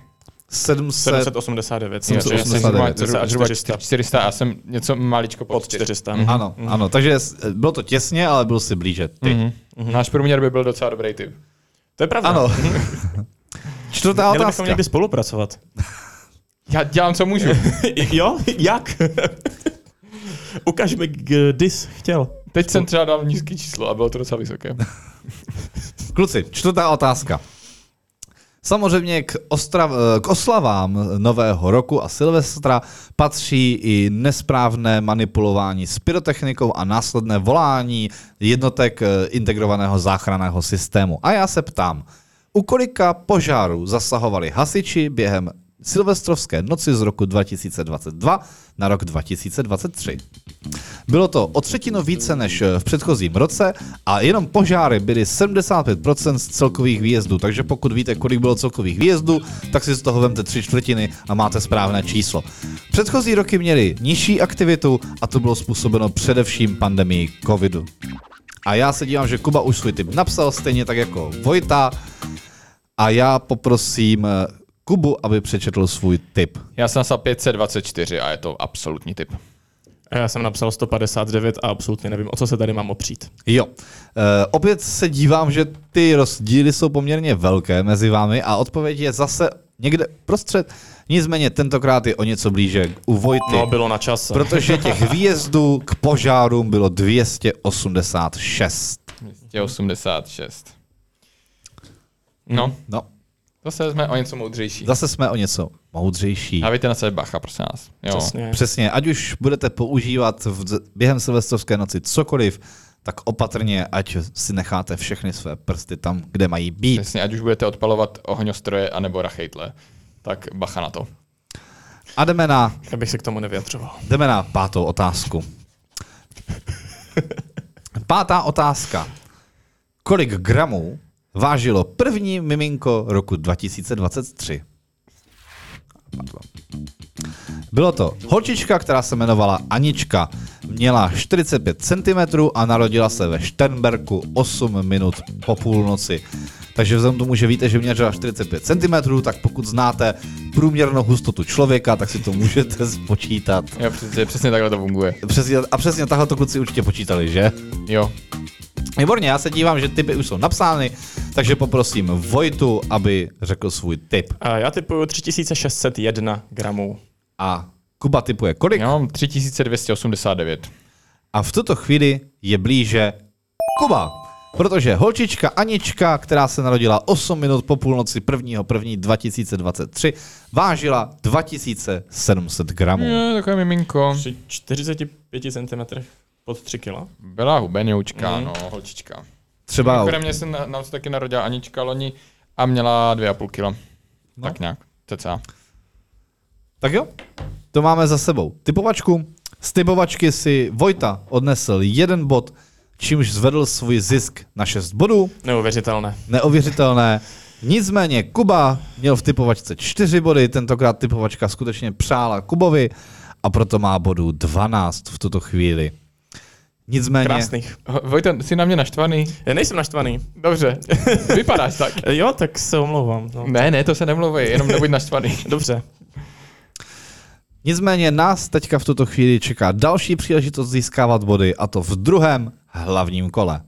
789. 400, já jsem něco maličko pod 400. Ano, takže bylo to těsně, ale byl si blíže ty. Náš průměr by byl docela dobrý typ. To je pravda. Ano. Čtvrtá otázka. Měli bychom někdy spolupracovat. Já dělám, co můžu. Jo? Jak? Ukaž mi, kdy jsi chtěl. Teď jsem třeba dal nízký číslo a bylo to docela vysoké. Kluci, čtvrtá otázka. Samozřejmě k oslavám Nového roku a Silvestra patří i nesprávné manipulování s pyrotechnikou a následné volání jednotek integrovaného záchranného systému. A já se ptám, u kolika požárů zasahovali hasiči během silvestrovské noci z roku 2022 na rok 2023. Bylo to o třetinu více než v předchozím roce a jenom požáry byly 75% z celkových výjezdů, takže pokud víte, kolik bylo celkových výjezdů, tak si z toho vemte 3/4 a máte správné číslo. Předchozí roky měly nižší aktivitu a to bylo způsobeno především pandemií covidu. A já se dívám, že Kuba už svůj tip napsal, stejně tak jako Vojta, a já poprosím Kubu, aby přečetl svůj tip. Já jsem napsal 524 a je to absolutní tip. Já jsem napsal 159 a absolutně nevím, o co se tady mám opřít. Jo. Opět se dívám, že ty rozdíly jsou poměrně velké mezi vámi a odpověď je zase někde prostřed. Nicméně tentokrát je o něco blíže u Vojty. No, bylo na čase. Protože těch výjezdů k požárům bylo 286. 286. No, No, zase jsme o něco moudřejší. zase jsme o něco moudřejší. Dávejte na sebe bacha, prosím nás. Jo. Přesně, ať už budete používat během silvestrovské noci cokoliv, tak opatrně, ať si necháte všechny své prsty tam, kde mají být. Přesně, ať už budete odpalovat ohňostroje anebo rachejtle, tak bacha na to. A jdeme na Já bych se k tomu nevyjadřoval. 5. otázku. 5. otázka. Kolik gramů vážilo první miminko roku 2023? Bylo to holčička, která se jmenovala Anička. Měla 45 cm a narodila se ve Šternberku 8 minut po půlnoci. Takže vzhledem tomu, že víte, že měřila 45 cm, tak pokud znáte průměrnou hustotu člověka, tak si to můžete spočítat. Jo, přesně takhle to funguje. Přesně takhle to kluci určitě počítali, že? Jo. Výborně, já se dívám, že tipy už jsou napsány, takže poprosím Vojtu, aby řekl svůj tip. Já typuju 3601 gramů. A Kuba tipuje kolik? Já mám 3289. A v tuto chvíli je blíže Kuba. Protože holčička Anička, která se narodila 8 minut po půlnoci 1.1.2023, vážila 2700 gramů. Jo, takové miminko. Při 45 cm pod 3 kg. Byla hubenoučka, no, holčička. Třeba... Mimochodem mě se nám se taky narodila Anička loni a měla 2,5 kg. No. Tak nějak, cca. Tak jo, to máme za sebou. Typovačku. Z typovačky si Vojta odnesl 1 bod, čímž zvedl svůj zisk na 6 bodů. Neuvěřitelné. Neuvěřitelné. Nicméně Kuba měl v typovačce 4 body, tentokrát typovačka skutečně přála Kubovi a proto má bodů 12 v tuto chvíli. Nicméně... Krásných. Vojta, jsi na mě naštvaný? Já nejsem naštvaný. Dobře, vypadáš tak. Jo, tak se omlouvám. No. Ne, to se nemluvej, jenom nebuď naštvaný. Dobře. Nicméně nás teďka v tuto chvíli čeká další příležitost získávat body, a to v druhém hlavním kole.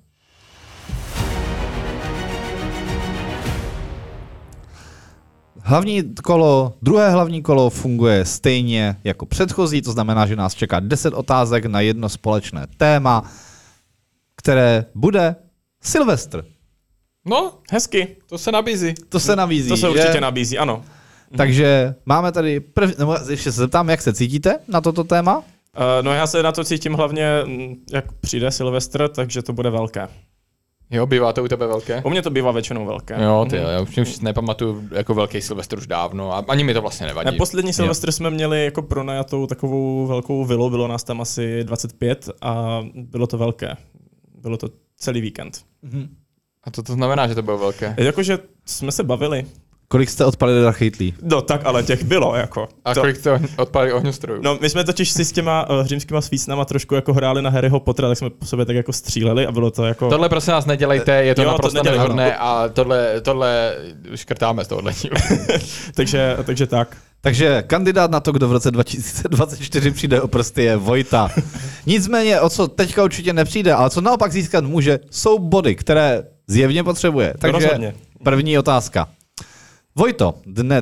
Druhé hlavní kolo funguje stejně jako předchozí, to znamená, že nás čeká 10 otázek na jedno společné téma, které bude Silvestr. No, Hezky. to se nabízí. To se nabízí, To se že? určitě nabízí, ano. Takže máme tady nebo ještě se zeptám, jak se cítíte na toto téma? No já se na to cítím hlavně, jak přijde Silvestr, takže to bude velké. Jo, bývá to u tebe velké? U mě to bývá většinou velké. Jo, já už nepamatuju jako velký Silvestr už dávno a ani mi to vlastně nevadí. Poslední Silvestr jsme měli jako pronajatou takovou velkou vilu, bylo nás tam asi 25 a bylo to velké. Bylo to celý víkend. A to znamená, že to bylo velké? Jakože jsme se bavili. Kolik jste odpalili rachejtlí? No tak, ale těch bylo jako. A kolik jste odpálili ohňostrojů? No, my jsme totiž si s těma římskýma svícnama trošku jako hráli na Harryho Pottera, tak jsme po sobě tak jako stříleli a bylo to jako... Tohle prosím nás nedělejte, je to Jo, to naprosto nedělejme, nevhodné a tohle škrtáme z tohohle dílu. takže tak. Takže kandidát na to, kdo v roce 2024 přijde o prsty, je Vojta. Nicméně, o co teďka určitě nepřijde, ale co naopak získat může, jsou body, které zjevně potřebuje. Takže rozhodně. První otázka. Vojto, dne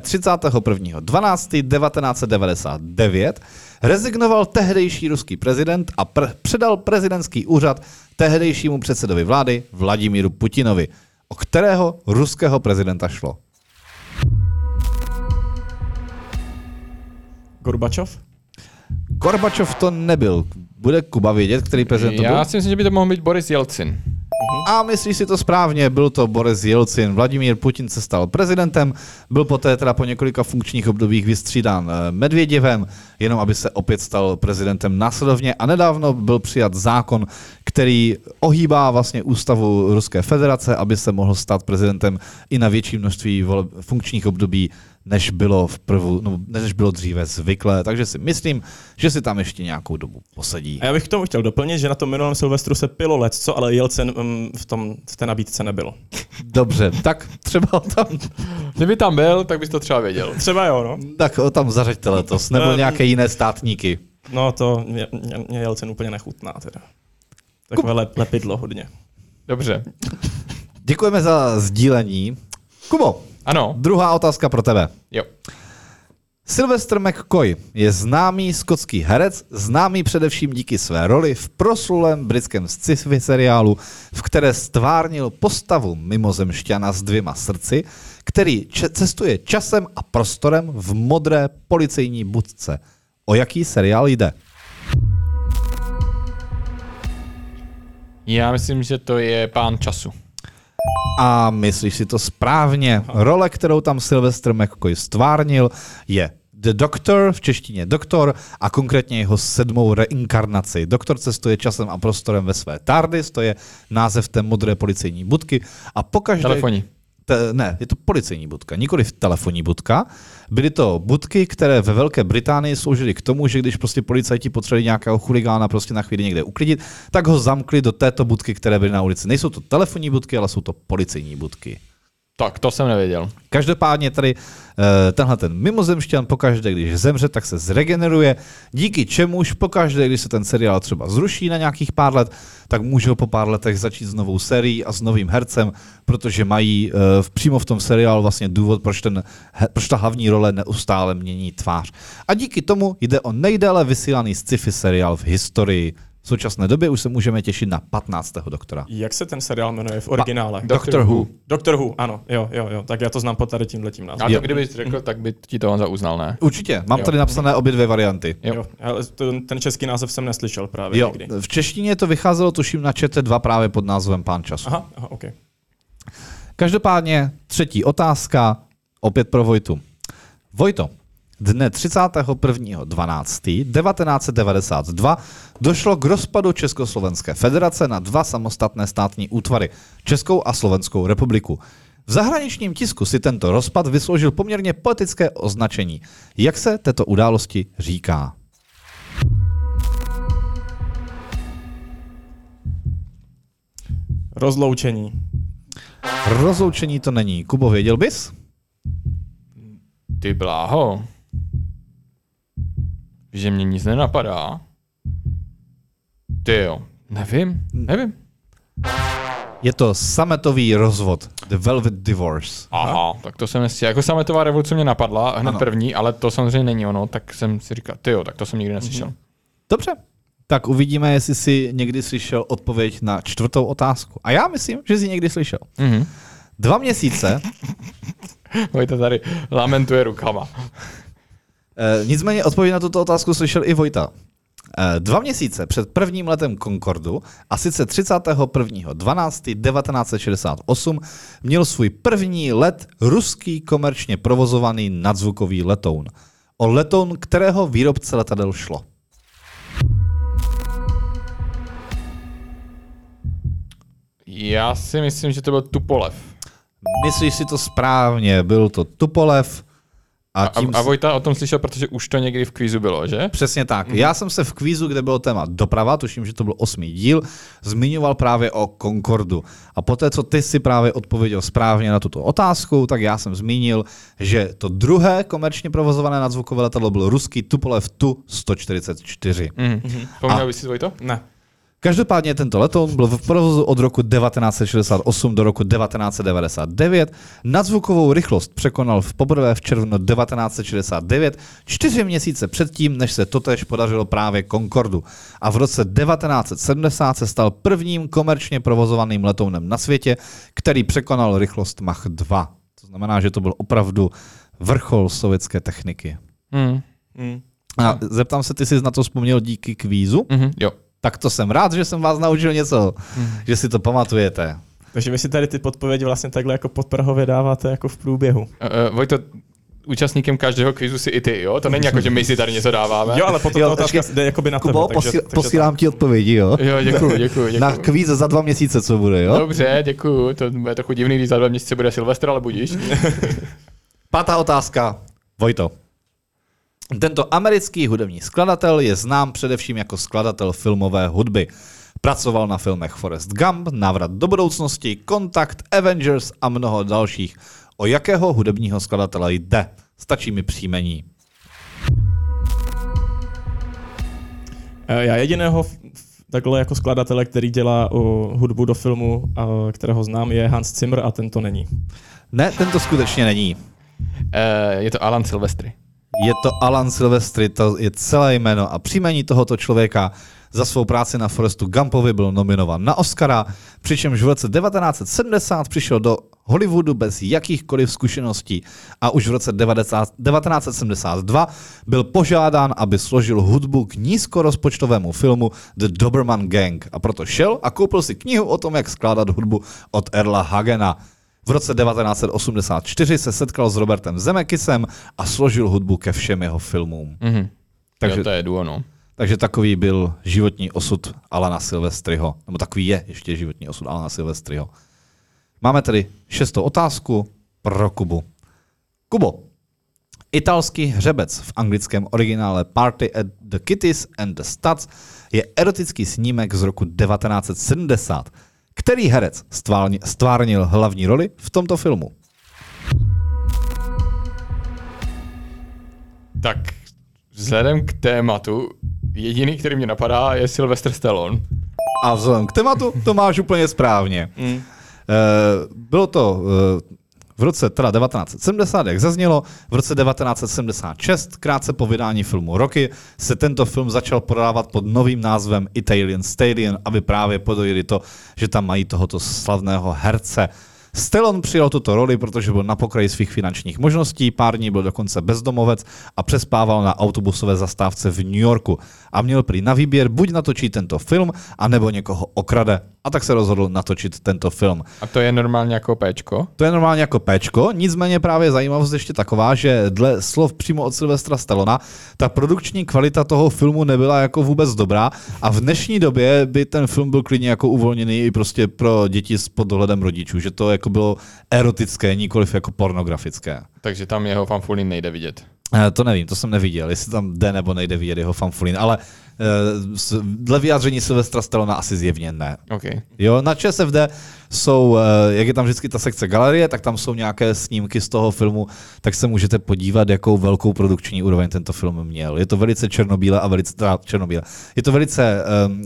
31.12.1999 rezignoval tehdejší ruský prezident a předal prezidentský úřad tehdejšímu předsedovi vlády Vladimíru Putinovi. O kterého ruského prezidenta šlo? Gorbačov? Gorbačov to nebyl. Bude Kuba vědět, který prezident to byl? Já si myslím, že by to mohl být Boris Jelcin. A myslíš si to správně, byl to Boris Jelcin. Vladimír Putin se stal prezidentem, byl poté teda po několika funkčních obdobích vystřídán Medvěděvem, jenom aby se opět stal prezidentem následovně a nedávno byl přijat zákon, který ohýbá vlastně ústavu Ruské federace, aby se mohl stát prezidentem i na větší množství funkčních období, než bylo než bylo dříve zvyklé. Takže si myslím, že si tam ještě nějakou dobu posedí. A já bych k tomu chtěl doplnit, že na tom minulém Silvestru se pilo lecco, ale Jelcin v té nabídce nebyl. Dobře, tak třeba tam... Kdyby tam byl, tak bys to třeba věděl. Třeba jo, no. Tak tam zařaďte letos, nebo nějaké jiné státníky. No to mě Jelcin úplně nechutná teda. Takové lepidlo hodně. Dobře. Děkujeme za sdílení. Kubo, Ano. druhá otázka pro tebe. Jo. Sylvester McCoy je známý skotský herec, známý především díky své roli v proslulém britském sci-fi seriálu, v které stvárnil postavu mimozemšťana s 2 srdci, který cestuje časem a prostorem v modré policejní budce. O jaký seriál jde? Já myslím, že to je Pán času. A myslíš si to správně. Role, kterou tam Sylvester McCoy stvárnil, je The Doctor, v češtině doktor, a konkrétně jeho 7. reinkarnaci. Doktor cestuje časem a prostorem ve své TARDIS, to je název té modré policejní budky. A pokaždé... Telefonní. Ne, je to policejní budka, nikoliv telefonní budka. Byly to budky, které ve Velké Británii sloužily k tomu, že když prostě policajti potřebovali nějakého chuligána prostě na chvíli někde uklidit, tak ho zamkli do této budky, které byly na ulici. Nejsou to telefonní budky, ale jsou to policejní budky. Tak, to jsem nevěděl. Každopádně tady tenhle ten mimozemšťan pokaždé, když zemře, tak se zregeneruje, díky čemuž pokaždé, když se ten seriál třeba zruší na nějakých pár let, tak můžou po pár letech začít s novou sérií a s novým hercem, protože mají přímo v tom seriálu vlastně důvod, proč ta hlavní role neustále mění tvář. A díky tomu jde o nejdéle vysílaný sci-fi seriál v historii. V současné době už se můžeme těšit na 15. doktora. Jak se ten seriál jmenuje v originále? Doctor Who. Doctor Who, ano, jo. Tak já to znám pod tady tímhletím názvem. A to kdybys řekl, tak by ti to on zauznal, ne? Určitě, mám tady napsané obě 2 varianty. Jo, ale ten český název jsem neslyšel právě Jo, nikdy. v češtině to vycházelo tuším na ČT2 právě pod názvem Pán času. Aha, ok. Každopádně 3. otázka, opět pro Vojtu. Vojto, dne 31.12.1992 došlo k rozpadu Československé federace na 2 samostatné státní útvary, Českou a Slovenskou republiku. V zahraničním tisku si tento rozpad vysloužil poměrně poetické označení. Jak se této události říká? Rozloučení. Rozloučení to není. Kubo, věděl bys? Ty bláho. Že mě nic nenapadá. Ty jo. Nevím. Je to sametový rozvod. The Velvet Divorce. Aha, tak to jsem nestihl. Jako sametová revoluce mě napadla hned Ano. první, ale to samozřejmě není ono, tak jsem si říkal, ty jo, tak to jsem nikdy neslyšel. Dobře. Tak uvidíme, jestli jsi někdy slyšel odpověď na 4. otázku. A já myslím, že jsi někdy slyšel. 2 měsíce. Vojta tady lamentuje rukama. Nicméně odpověď na tuto otázku slyšel i Vojta. 2 měsíce před prvním letem Concordu, a sice 31.12.1968, měl svůj první let ruský komerčně provozovaný nadzvukový letoun. O letoun, kterého výrobce letadel šlo. Já si myslím, že to byl Tupolev. Myslíš si to správně, byl to Tupolev. A Vojta o tom slyšel, protože už to někdy v kvízu bylo, že? Přesně tak. Já jsem se v kvízu, kde bylo téma doprava, tuším, že to byl 8. díl, zmiňoval právě o Concordu. A poté, co ty si právě odpověděl správně na tuto otázku, tak já jsem zmínil, že to druhé komerčně provozované nadzvukové letadlo bylo ruský Tupolev Tu-144. Vzpomněl bys si, Vojto? Ne. Každopádně tento letoun byl v provozu od roku 1968 do roku 1999. Nadzvukovou rychlost překonal poprvé v červnu 1969, 4 měsíce předtím, než se totéž podařilo právě Concordu. A v roce 1970 se stal prvním komerčně provozovaným letounem na světě, který překonal rychlost Mach 2. To znamená, že to byl opravdu vrchol sovětské techniky. A zeptám se, ty jsi na to vzpomněl díky kvízu? Jo. Tak to jsem rád, že jsem vás naučil něco, že si to pamatujete. Takže vy si tady ty podpovědi vlastně takhle jako podprahově dáváte jako v průběhu. Vojto, účastníkem každého kvízu si i ty, jo? To není jako, že my si tady něco dáváme. Jo, ale potom ta otázka jde jakoby na tebe. Kubo, posílám ti odpovědi, jo? Jo, děkuju. Na kvíz za 2 měsíce, co bude, jo? Dobře, děkuju. To bude trochu divný, když za 2 měsíce bude Silvestr, ale budíš. 5. otázka. Vojto. Tento americký hudební skladatel je znám především jako skladatel filmové hudby. Pracoval na filmech Forrest Gump, Návrat do budoucnosti, Kontakt, Avengers a mnoho dalších. O jakého hudebního skladatele jde? Stačí mi příjmení. Já jediného takhle jako skladatele, který dělá hudbu do filmu, kterého znám, je Hans Zimmer a ten to není. Ne, ten to skutečně není. Je to Alan Silvestri. Je to Alan Silvestri, to je celé jméno a příjmení tohoto člověka. Za svou práci na Forrestu Gumpovi byl nominován na Oscara, přičemž v roce 1970 přišel do Hollywoodu bez jakýchkoliv zkušeností a už v roce 1972 byl požádán, aby složil hudbu k nízkorozpočtovému filmu The Doberman Gang a proto šel a koupil si knihu o tom, jak skládat hudbu od Erla Hagena. V roce 1984 se setkal s Robertem Zemeckisem a složil hudbu ke všem jeho filmům. Mhm. Takže, Jo, to je duo, no. takže takový byl životní osud Alana Silvestriho. Nebo takový je ještě životní osud Alana Silvestriho. Máme tedy 6. otázku pro Kubu. Kubo, italský hřebec v anglickém originále Party at the Kitties and the Studs je erotický snímek z roku 1970. Který herec stvárnil hlavní roli v tomto filmu? Tak vzhledem k tématu, jediný, který mě napadá, je Sylvester Stallone. A vzhledem k tématu to máš úplně správně. Bylo to v roce 1970, jak zaznělo, v roce 1976, krátce po vydání filmu Rocky, se tento film začal prodávat pod novým názvem Italian Stallion, aby právě podojili to, že tam mají tohoto slavného herce. Stallone přijal tuto roli, protože byl na pokraji svých finančních možností, pár dní byl dokonce bezdomovec a přespával na autobusové zastávce v New Yorku. A měl prý na výběr buď natočit tento film, anebo někoho okrade. A tak se rozhodl natočit tento film. A to je normálně jako péčko? To je normálně jako péčko, nicméně právě zajímavost ještě taková, že dle slov přímo od Sylvestra Stallona, ta produkční kvalita toho filmu nebyla jako vůbec dobrá a v dnešní době by ten film byl klidně jako uvolněný i prostě pro děti pod dohledem rodičů, že to jako bylo erotické, nikoliv jako pornografické. Takže tam jeho fanfulín nejde vidět. To nevím, to jsem neviděl, jestli tam jde nebo nejde vidět jeho fanfulín, ale dle vyjádření Sylvestra Stallona asi zjevně ne. Okay. Jo, na ČSFD jsou, jak je tam vždycky ta sekce galerie, tak tam jsou nějaké snímky z toho filmu, tak se můžete podívat, jakou velkou produkční úroveň tento film měl. Je to velice černobílé a velice černobílé. Je to velice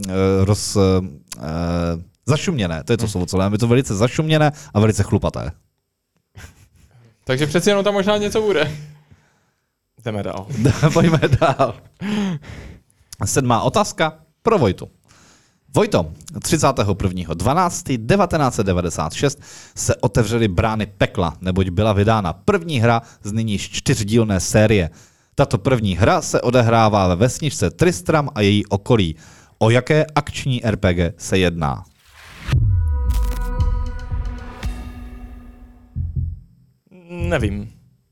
zašuměné, to je to slovo celé, je to velice zašuměné a velice chlupaté. Takže přeci jenom tam možná něco bude. Jdeme dál. Pojďme dál. 7. otázka pro Vojtu. Vojto, 31.12.1996 se otevřely brány pekla, neboť byla vydána první hra z nyníž 4dílné série. Tato první hra se odehrává ve vesničce Tristram a její okolí. O jaké akční RPG se jedná? Nevím.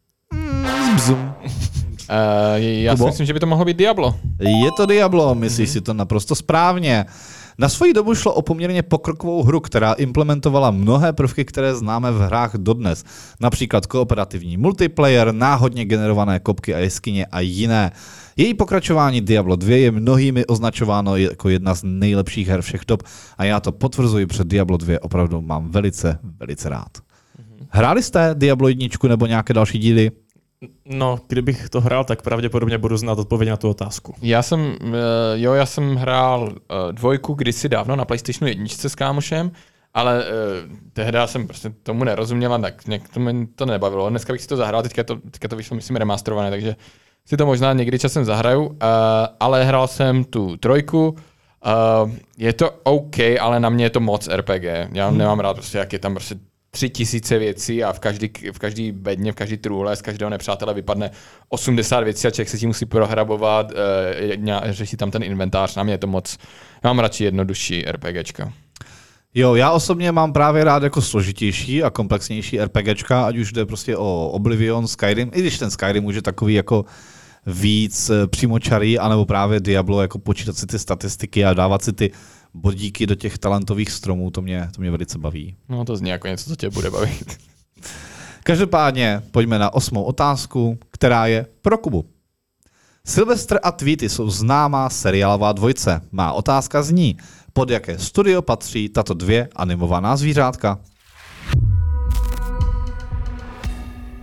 Já si myslím, že by to mohlo být Diablo. Je to Diablo, myslíš si to naprosto správně. Na svoji dobu šlo o poměrně pokrokovou hru, která implementovala mnohé prvky, které známe v hrách dodnes. Například kooperativní multiplayer, náhodně generované kopky a jeskyně a jiné. Její pokračování Diablo 2 je mnohými označováno jako jedna z nejlepších her všech dob a já to potvrzuji, před Diablo 2 opravdu mám velice, velice rád. Hráli jste Diablo 1 nebo nějaké další díly? No, kdybych to hrál, tak pravděpodobně budu znát odpověď na tu otázku. Já jsem hrál 2 kdysi dávno na PlayStationu 1 s kámošem, ale tehdy jsem prostě tomu nerozuměl a tak nějak to mě to nebavilo. Dneska bych si to zahrál, teďka to vyšlo, myslím, remasterované, takže si to možná někdy časem zahraju, ale hrál jsem tu 3. Je to OK, ale na mě je to moc RPG. Já nemám rád prostě, jak je tam prostě 3000 věcí a v každý bedně, v každý trůle z každého nepřátele vypadne 80 věcí a člověk se tím musí prohrabovat, řešit tam ten inventář. Na mě je to moc. Já mám radši jednodušší RPGčka. Jo, já osobně mám právě rád jako složitější a komplexnější RPGčka, ať už jde prostě o Oblivion, Skyrim, i když ten Skyrim už je takový jako víc přímočarý, anebo právě Diablo, jako počítat si ty statistiky a dávat si ty bodíky do těch talentových stromů, to mě velice baví. No to zní jako něco, co tě bude bavit. Každopádně pojďme na 8. otázku, která je pro Kubu. Sylvester a Tweety jsou známá seriálová dvojce. Má otázka zní, pod jaké studio patří tato 2 animovaná zvířátka?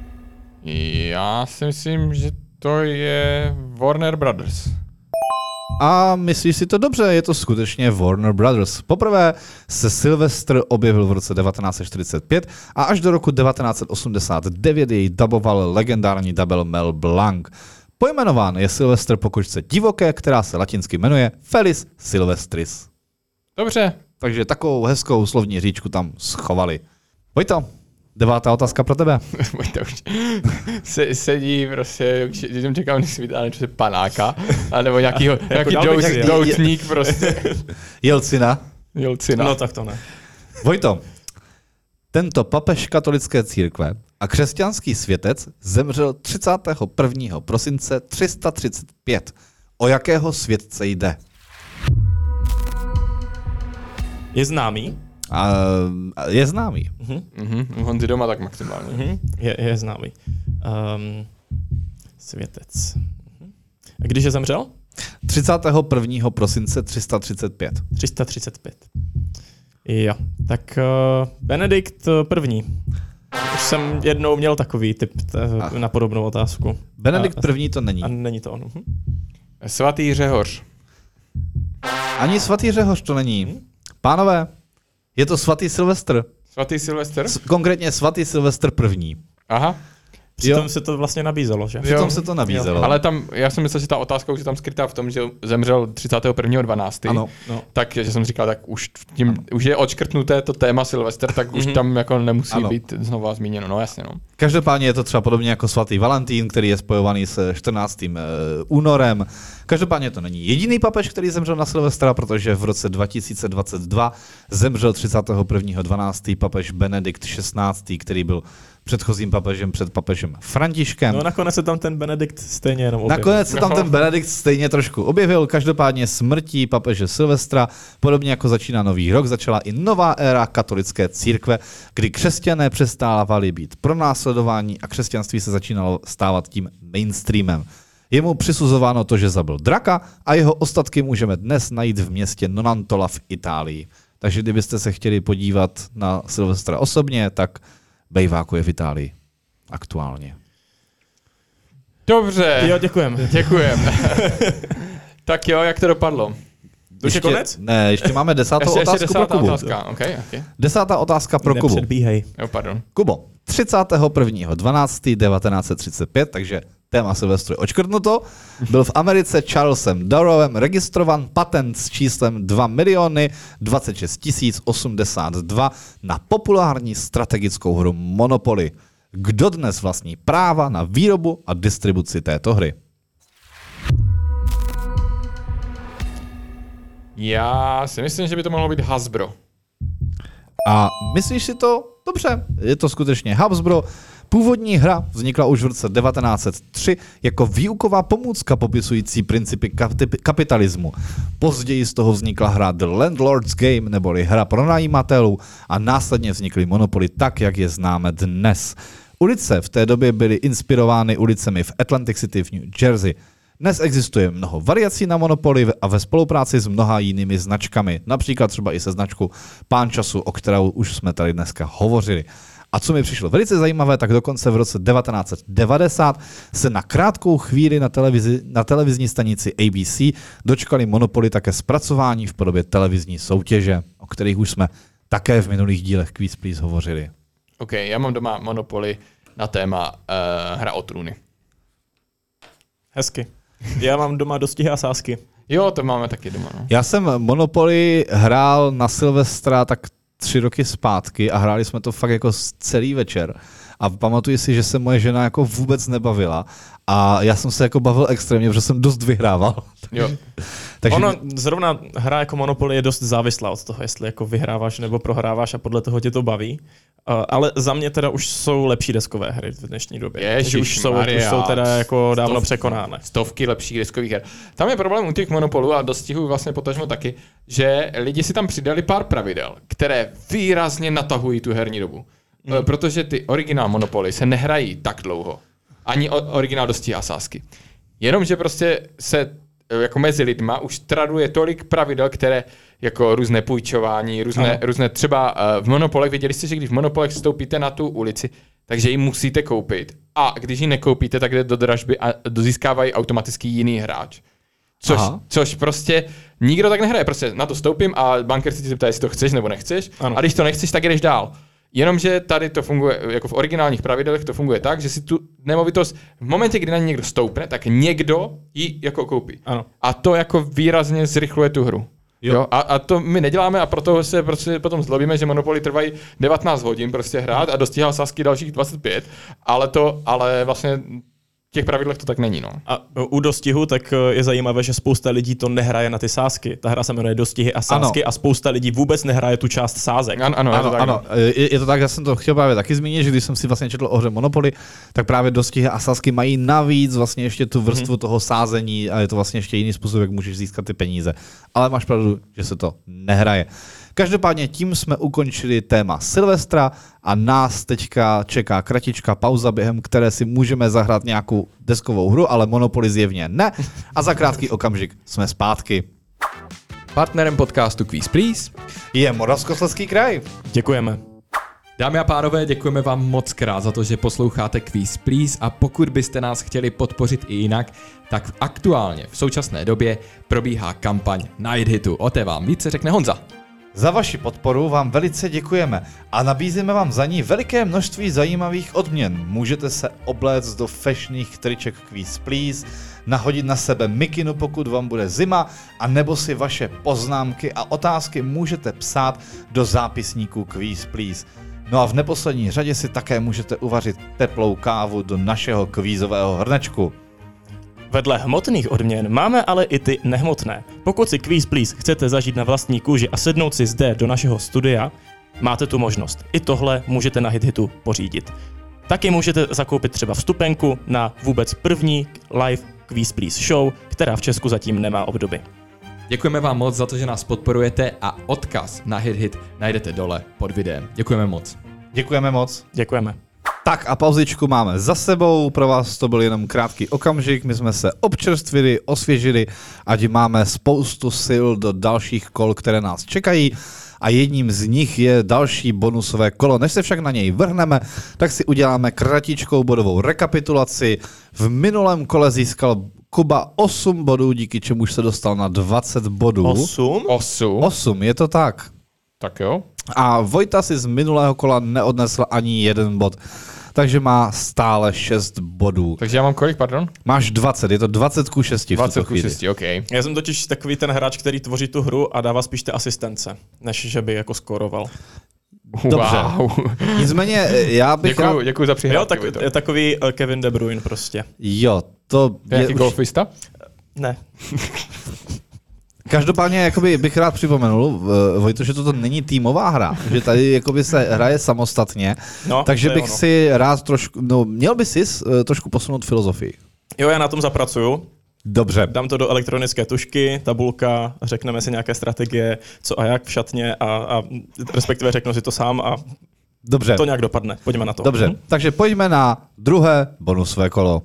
Já si myslím, že to je Warner Brothers. A myslíš si to dobře, je to skutečně Warner Brothers. Poprvé se Sylvester objevil v roce 1945 a až do roku 1989 jej daboval legendární dabel Mel Blanc. Pojmenován je Sylvester po kočce divoké, která se latinsky jmenuje Felis Silvestris. Dobře. Takže takovou hezkou slovní říčku tam schovali. Vojto, 9. otázka pro tebe. Vojta už sedí prostě, když jsem čekal, než si vytáhne panáka, anebo nějaký doutník prostě. Jelcina. No tak to ne. Vojto, tento papež katolické církve a křesťanský světec zemřel 31. prosince 335. O jakého světce jde? Je známý? Je známý. Honzi doma tak maximálně. Je známý. Světec. A když je zemřel? 31. prosince 335. 335. Jo, tak Benedikt I. Už jsem jednou měl takový typ na podobnou otázku. Benedikt I. to není. A není to on. Svatý Řehoř. Ani svatý Řehoř to není. Pánové, je to svatý Silvestr. Svatý Silvestr? Konkrétně svatý Silvestr I. Aha. Přitom se to vlastně nabízelo, že? Přitom se to nabízelo. Jo. Ale tam, já jsem myslel, že ta otázka už je tam skrytá v tom, že zemřel 31.12. Ano. No. Takže jsem říkal, tak už je odškrtnuté to téma Silvestr, tak už tam jako nemusí být znova zmíněno. No jasně, no. Každopádně je to třeba podobně jako svatý Valentín, který je spojovaný s 14. únorem. Každopádně to není jediný papež, který zemřel na Silvestra, protože v roce 2022 zemřel 31.12. papež Benedikt XVI., který byl předchozím papežem před papežem Františkem. No nakonec se tam ten Benedikt stejně jenom objevil. Nakonec se tam ten Benedikt stejně trošku objevil, každopádně smrtí papeže Silvestra, podobně jako začíná nový rok, začala i nová éra katolické církve, kdy křesťané přestávali být pronásledování a křesťanství se začínalo stávat tím mainstreamem. Je mu přisuzováno to, že zabil draka a jeho ostatky můžeme dnes najít v městě Nonantola v Itálii. Takže kdybyste se chtěli podívat na Silvestra osobně, tak bejváku je v Itálii aktuálně. Dobře. Jo, děkujem. Tak jo, jak to dopadlo? Ještě konec? Ne, ještě máme 10. otázku pro Kubu. Okay. 10. otázka pro Kubu. Nepředbíhej. Jo, pardon. Kubo, 31.12.1935, takže téma Silvestru je očkrtnuto, byl v Americe Charlesem Darrowem registrován patent s číslem 2 026 082 na populární strategickou hru Monopoly. Kdo dnes vlastní práva na výrobu a distribuci této hry? Já si myslím, že by to mohlo být Hasbro. A myslíš si to? Dobře, je to skutečně Hasbro. Původní hra vznikla už v roce 1903 jako výuková pomůcka popisující principy kapitalismu. Později z toho vznikla hra The Landlord's Game, neboli hra pronajímatelů, a následně vznikly Monopoly tak, jak je známe dnes. Ulice v té době byly inspirovány ulicemi v Atlantic City v New Jersey. Dnes existuje mnoho variací na Monopoly a ve spolupráci s mnoha jinými značkami, například třeba i se značkou Pán času, o kterou už jsme tady dneska hovořili. A co mi přišlo velice zajímavé, tak dokonce v roce 1990 se na krátkou chvíli na televizní stanici ABC dočkali Monopoly také zpracování v podobě televizní soutěže, o kterých už jsme také v minulých dílech Quiz Please hovořili. OK, já mám doma Monopoly na téma hra o trůny. Hezky. Já mám doma dostihy a sázky. Jo, to máme taky doma. No. Já jsem Monopoly hrál na Silvestra tak 3 roky zpátky a hráli jsme to fakt jako celý večer. A pamatuju si, že se moje žena jako vůbec nebavila a já jsem se jako bavil extrémně, protože jsem dost vyhrával. Jo. Takže... Ono, zrovna hra jako Monopoly je dost závislá od toho, jestli jako vyhráváš nebo prohráváš a podle toho tě to baví. Ale za mě teda už jsou lepší deskové hry v dnešní době. Ježiš, už jsou teda jako dávno překonány. Stovky lepších deskových her. Tam je problém u těch Monopolů a dostihu vlastně potažmo taky, že lidi si tam přidali pár pravidel, které výrazně natahují tu herní dobu. Protože ty originál Monopoly se nehrají tak dlouho. Ani originál dostihy a sázky. Jenomže prostě se jako mezi lidma už traduje tolik pravidel, které jako různé půjčování, různé třeba v Monopolech, věděli jste, že když v Monopolech vstoupíte na tu ulici, takže ji musíte koupit. A když ji nekoupíte, tak jde do dražby a získávají automaticky jiný hráč. Což prostě nikdo tak nehraje. Prostě na to stoupím a bankér si zeptá, jestli to chceš nebo nechceš. Ano. A když to nechceš, tak jdeš dál. Jenomže tady to funguje, jako v originálních pravidelech to funguje tak, že si tu nemovitost v momentě, kdy na ní někdo stoupne, tak někdo ji jako koupí. Ano. A to jako výrazně zrychluje tu hru. Jo. A to my neděláme a proto se prostě potom zlobíme, že Monopoly trvají 19 hodin prostě hrát a dostíhal Sazky dalších 25, ale vlastně v těch pravidlech to tak není, no. A u dostihu tak je zajímavé, že spousta lidí to nehraje na ty sázky. Ta hra se jmenuje Dostihy a sázky a spousta lidí vůbec nehraje tu část sázek. Ano, je to tak, já jsem to chtěl právě taky zmínit, že když jsem si vlastně četl o hře Monopoly, tak právě Dostihy a sázky mají navíc vlastně ještě tu vrstvu toho sázení a je to vlastně ještě jiný způsob, jak můžeš získat ty peníze. Ale máš pravdu, že se to nehraje. Každopádně tím jsme ukončili téma Silvestra a nás teďka čeká kratičká pauza, během které si můžeme zahrát nějakou deskovou hru, ale Monopoly zjevně ne. A za krátký okamžik jsme zpátky. Partnerem podcastu Quiz Please je Moravskoslezský kraj. Děkujeme. Dámy a pánové, děkujeme vám moc krát za to, že posloucháte Quiz Please a pokud byste nás chtěli podpořit i jinak, tak aktuálně v současné době probíhá kampaň Night Hitu. O té vám více řekne Honza. Za vaši podporu vám velice děkujeme a nabízíme vám za ní veliké množství zajímavých odměn. Můžete se obléct do fashioných triček Quiz Please, nahodit na sebe mikinu, pokud vám bude zima, a nebo si vaše poznámky a otázky můžete psát do zápisníku Quiz Please. No a v neposlední řadě si také můžete uvařit teplou kávu do našeho kvízového hrnečku. Vedle hmotných odměn máme ale i ty nehmotné. Pokud si Quiz Please chcete zažít na vlastní kůži a sednout si zde do našeho studia, máte tu možnost. I tohle můžete na HitHitu pořídit. Taky můžete zakoupit třeba vstupenku na vůbec první live Quiz Please show, která v Česku zatím nemá obdoby. Děkujeme vám moc za to, že nás podporujete a odkaz na HitHit najdete dole pod videem. Děkujeme moc. Děkujeme moc. Děkujeme. Tak a pauzičku máme za sebou, pro vás to byl jenom krátký okamžik, my jsme se občerstvili, osvěžili, ať máme spoustu sil do dalších kol, které nás čekají a jedním z nich je další bonusové kolo. Než se však na něj vrhneme, tak si uděláme kratičkou bodovou rekapitulaci. V minulém kole získal Kuba 8 bodů, díky čemuž se dostal na 20 bodů. 8, je to tak. Tak jo. A Vojta si z minulého kola neodnesl ani 1 bod, takže má stále 6 bodů. Takže já mám kolik, pardon? Máš 20, je to 20:6 v tuto chvíli. 20:6, OK. Já jsem totiž takový ten hráč, který tvoří tu hru a dává spíš ty asistence, než že by jako skoroval. Dobře. Wow. Nicméně já bych Děkuji za přihrávku. Jo, tak je takový Kevin De Bruyne prostě. Jo, to je nějaký golfista? Ne. Každopádně jakoby bych rád připomenul, Vojto, že toto není týmová hra, že tady jakoby se hraje samostatně, takže bych si rád trošku, měl by si trošku posunout filozofii. Jo, já na tom zapracuju. Dobře. Dám to do elektronické tušky, tabulka, řekneme si nějaké strategie, co a jak v šatně a respektive řeknu si to sám a dobře. To nějak dopadne. Pojďme na to. Dobře, takže pojďme na druhé bonusové kolo.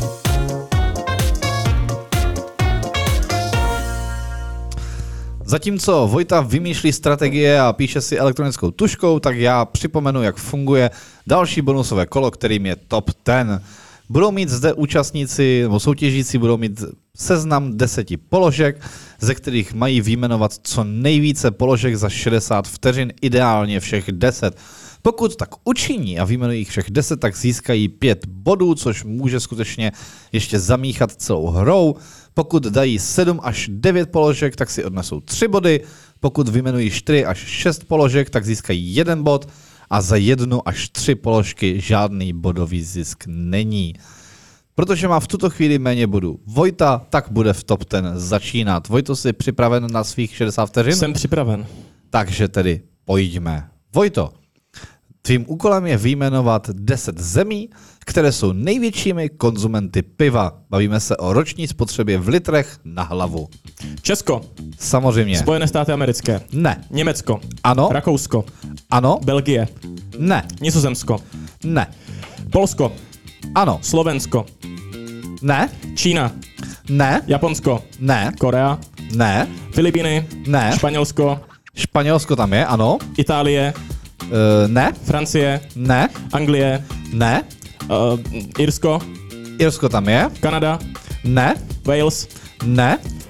Zatímco Vojta vymýšlí strategie a píše si elektronickou tužkou, tak já připomenu, jak funguje další bonusové kolo, kterým je Top 10. Budou mít zde účastníci, nebo soutěžící budou mít seznam 10 položek, ze kterých mají vyjmenovat co nejvíce položek za 60 vteřin, ideálně všech 10. Pokud tak učiní a vyjmenují jich všech 10, tak získají 5 bodů, což může skutečně ještě zamíchat celou hrou. Pokud dají 7 až 9 položek, tak si odnesou 3 body. Pokud vyjmenují 4 až 6 položek, tak získají 1 bod. A za 1 až 3 položky žádný bodový zisk není. Protože má v tuto chvíli méně bodů Vojta, tak bude v top 10 začínat. Vojto, jsi připraven na svých 60 vteřin? Jsem připraven. Takže tedy pojďme. Vojto, tvým úkolem je vyjmenovat 10 zemí, které jsou největšími konzumenty piva. Bavíme se o roční spotřebě v litrech na hlavu. Česko. Samozřejmě. Spojené státy americké. Ne. Německo. Ano. Rakousko. Ano. Belgie. Ne. Nizozemsko. Ne. Polsko. Ano. Slovensko. Ne. Čína. Ne. Japonsko. Ne. Korea. Ne. Filipíny. Ne. Španělsko. Španělsko tam je, ano. Itálie. Ne. Francie. Ne. Anglie. Ne. Irsko. Irsko tam je. Kanada. Ne. Wales. Ne.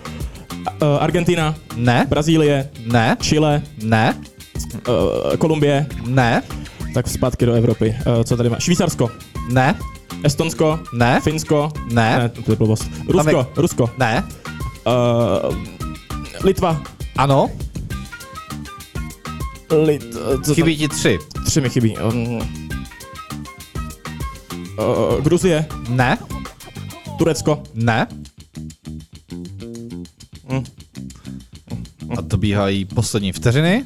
Argentina, Ne, Brazílie, ne, Chile, ne, Kolumbie, ne, tak zpátky do Evropy. Co tady má? Švýcarsko, ne, Estonsko, ne, Finsko, ne, to je blbost. Rusko, ne, Litva, ano, co chybí ti 3. 3 mi chybí. Gruzie, Ne, Turecko, ne. A dobíhají poslední vteřiny.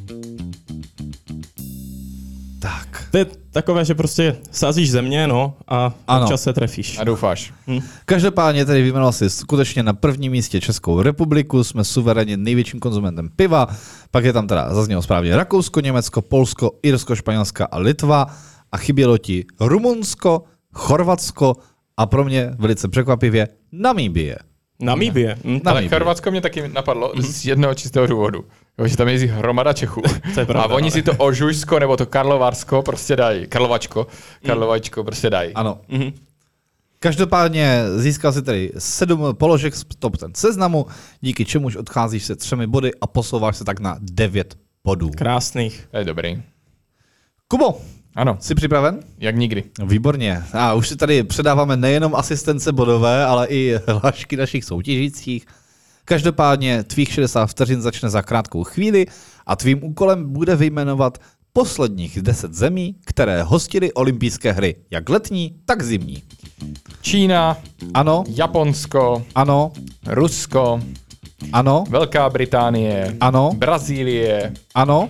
Tak. to je takové, že prostě sázíš země, no, a Ano. občas se trefíš. A doufáš. Každopádně tady vyjmenoval si skutečně na prvním místě Českou republiku, jsme suverénně největším konzumentem piva, pak je tam teda, zaznělo správně, Rakousko, Německo, Polsko, Irsko, Španělska a Litva a chybělo ti Rumunsko, Chorvatsko a pro mě velice překvapivě Namíbie. Namíbie. Ale Namíbie. Chorvatsko mě taky napadlo z jednoho čistého důvodu. Jo, že tam jezdí hromada Čechů. To je pravda, A oni ale. si to Ožujsko nebo to Karlovarsko prostě dají. Karlovačko prostě dají. Ano. Každopádně získal si tedy 7 položek z top ten seznamu, díky čemuž odcházíš se 3 body a posouváš se tak na 9 bodů. Krásných. To je dobrý. Kubo, Ano, jsi připraven? jak nikdy. Výborně. A už si tady předáváme nejenom asistence bodové, ale i hlášky našich soutěžících. Každopádně tvých 60 vteřin začne za krátkou chvíli a tvým úkolem bude vyjmenovat posledních 10 zemí, které hostily olympijské hry, jak letní, tak zimní. Čína, Ano, Japonsko, ano, Rusko, ano, Velká Británie, ano, Brazílie, ano,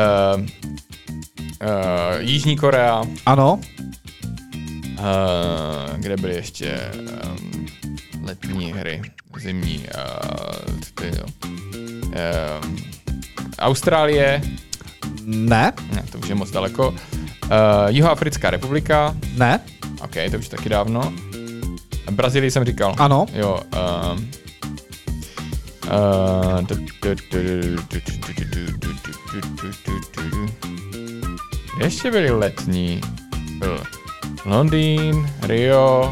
Jižní Korea, ano, kde byly ještě letní hry, zimní, Austrálie, ne, to už je moc daleko, Jihoafrická republika, ne, OK, to už taky dávno, Brazílii jsem říkal. ano, Jo, ještě byly letní. Byl Londýn, Rio,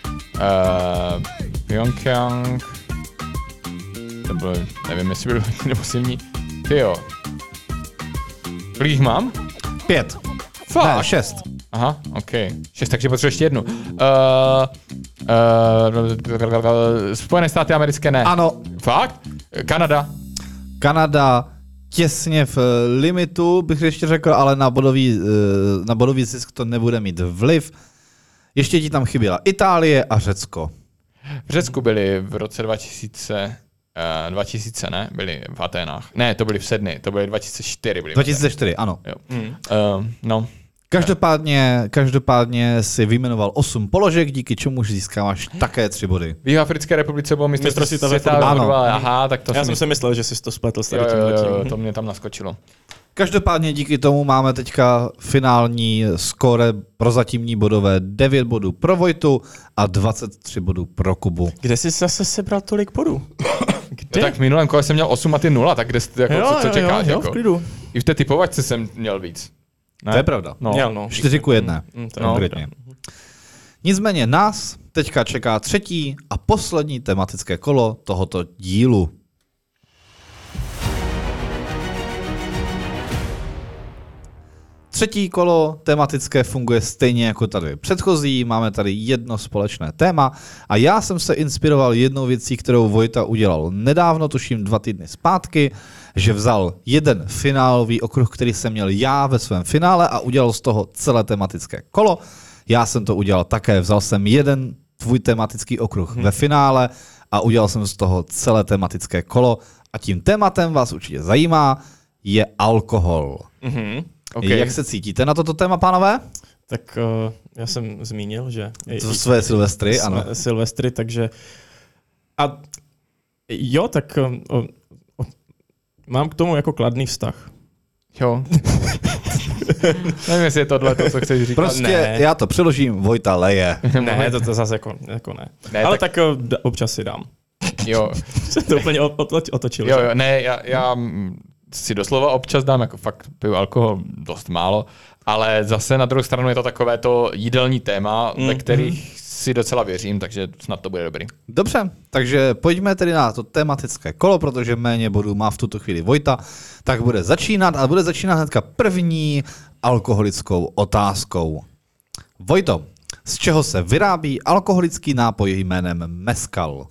Pyeongchang. To bylo, nevím, jestli byly letní nebo zimní. Tyjo. Kolik jich mám? 5, ne, 6. Aha, OK. 6, takže potřebuji ještě jednu. Spojené státy americké ne. Ano, Fakt? Kanada. Kanada těsně v limitu, bych ještě řekl, ale na bodový zisk to nebude mít vliv. Ještě ti tam chyběla Itálie a Řecko. V Řecku byli v roce 2000, ne? Byli v Aténách. Ne, to byli v Sedni, to byly 2004. Byli 2004, ano. jo. No. Každopádně si vyjmenoval 8 položek, díky čemuž získáváš také 3 body. V Jihoafrické republice bylo mistrovství Mistrovství světa ve ano. fotbale. Aha, tak to Já jsem si myslel, že jsi to spletl s tady jo, tím. to mě tam naskočilo. Každopádně díky tomu máme teďka finální skóre prozatímní bodové 9 bodů pro Vojtu a 23 bodů pro Kubu. Kde jsi zase sebral tolik bodů? No, tak v minulém kole jsem měl 8 a ty 0, tak kde, jako, co čekáš? Jo, Jako? v klidu. I v té typovačce jsem měl víc. Ne? To je pravda. No. Měl, no. 4-1. To je Konkrétně. Nicméně nás teďka čeká třetí a poslední tematické kolo tohoto dílu. Třetí kolo tematické funguje stejně jako tady předchozí, máme tady jedno společné téma a já jsem se inspiroval jednou věcí, kterou Vojta udělal nedávno, tuším 2 týdny zpátky, že vzal jeden finálový okruh, který jsem měl já ve svém finále a udělal z toho celé tematické kolo. Já jsem to udělal také, vzal jsem jeden tvůj tematický okruh ve finále a udělal jsem z toho celé tematické kolo a tím tématem vás určitě zajímá, je alkohol. Okay. Jak se cítíte na toto téma, pánové? Tak já jsem zmínil, že... To své Silvestry, ano. Silvestry, takže... A jo, tak mám k tomu jako kladný vztah. Jo. Nevím, jestli je tohle to, co chceš říct. Prostě Ne. já to přeložím, Vojta leje. Ne, to zase jako ne. Ne, Ale tak občas si dám. Jo. Jsem to úplně otočil. Jo, ne, já si doslova občas dám, jako fakt piju alkohol dost málo, ale zase na druhou stranu je to takové to jídelní téma, ve kterých si docela věřím, takže snad to bude dobrý. Dobře, takže pojďme tedy na to tematické kolo, protože méně bodů má v tuto chvíli Vojta, tak bude začínat a bude začínat hnedka první alkoholickou otázkou. Vojto, z čeho se vyrábí alkoholický nápoj jménem mezcal?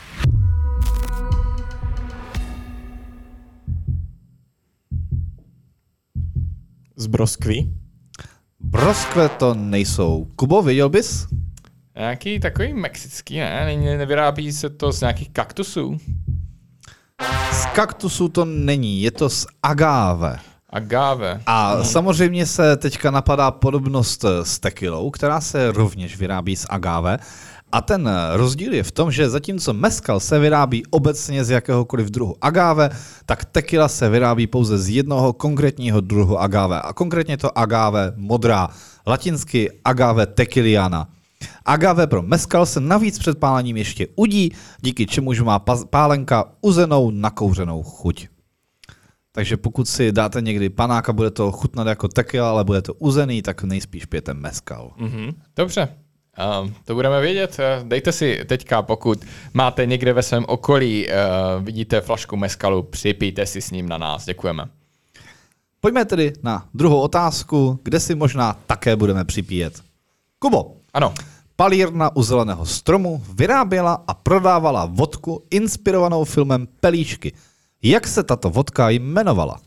Z broskví. Broskve to nejsou. Kubo, věděl bys? Nějaký takový mexický, ne? Nevyrábí se to z nějakých kaktusů? Z kaktusu to není, je to z agáve. Agave. A samozřejmě se teďka napadá podobnost s tekilou, která se rovněž vyrábí z agáve. A ten rozdíl je v tom, že zatímco mezcal se vyrábí obecně z jakéhokoliv druhu agáve, tak tequila se vyrábí pouze z jednoho konkrétního druhu agáve. A konkrétně to agáve modrá, latinsky agave tequiliana. Agave pro mezcal se navíc před pálením ještě udí, díky čemuž má pálenka uzenou, nakouřenou chuť. Takže pokud si dáte někdy panáka, bude to chutnat jako tequila, ale bude to uzený, tak nejspíš pijete mezcal. Dobře. To budeme vědět. Dejte si teďka, pokud máte někde ve svém okolí, vidíte flašku mezcalu, připijte si s ním na nás. Děkujeme. Pojďme tedy na druhou otázku, kde si možná také budeme připíjet. Kubo. Ano. Palírna u zeleného stromu vyráběla a prodávala vodku inspirovanou filmem Pelíšky. Jak se tato vodka jmenovala?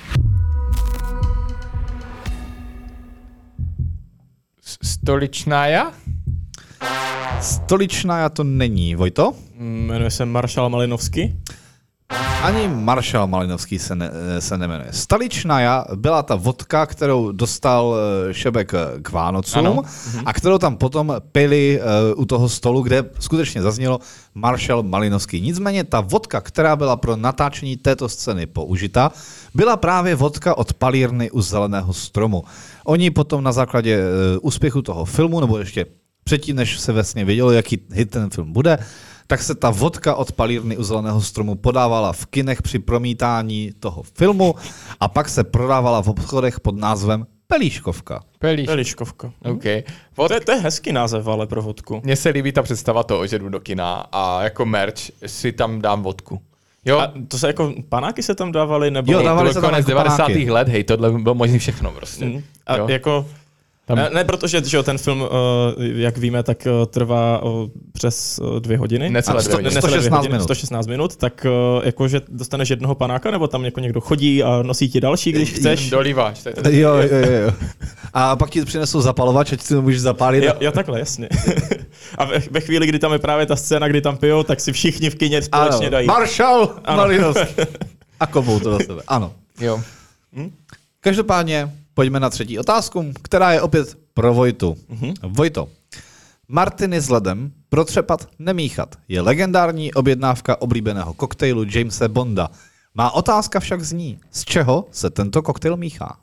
Stoličnája? Stoličnája to není, Vojto? Jmenuje se Maršal Malinovský. Ani Maršal Malinovský se nemenuje. Stoličnaja byla ta vodka, kterou dostal Šebek k Vánocům a kterou tam potom pili u toho stolu, kde skutečně zaznělo Maršal Malinovský. Nicméně ta vodka, která byla pro natáčení této scény použita, byla právě vodka od palírny u zeleného stromu. Oni potom na základě úspěchu toho filmu, nebo ještě předtím, než se vlastně vědělo, jaký hit ten film bude, tak se ta vodka od palírny u zeleného stromu podávala v kinech při promítání toho filmu a pak se prodávala v obchodech pod názvem Pelíškovka. Pelíškovka. Okay. To je hezký název, ale pro vodku. Mně se líbí ta představa toho, že jdu do kina a jako merch si tam dám vodku. Jo. A to se jako panáky se tam dávaly? Nebo... Jo, dávali se tam konec jako 90. panáky. let, hej, tohle bylo možný všechno prostě. A jo. jako... Tam... Ne, protože že ten film, jak víme, tak trvá přes 2 hodiny. Necelé 2 hodiny. 116 minut, tak jakože dostaneš jednoho panáka, nebo tam jako někdo chodí a nosí ti další, když chceš. Dolíváš. Jo. A pak ti přinesou zapalovač, ať si to můžeš zapálit. Jo, takhle, jasně. A ve chvíli, kdy tam je právě ta scéna, kdy tam pijou, tak si všichni v kině společně dají. Maršal Malinovský. A kopou to do sebe. Ano. Jo. Každopádně pojďme na třetí otázku, která je opět pro Vojtu. Vojto, martiny s ledem protřepat, nemíchat je legendární objednávka oblíbeného koktejlu Jamese Bonda. Má otázka však zní, z čeho se tento koktejl míchá?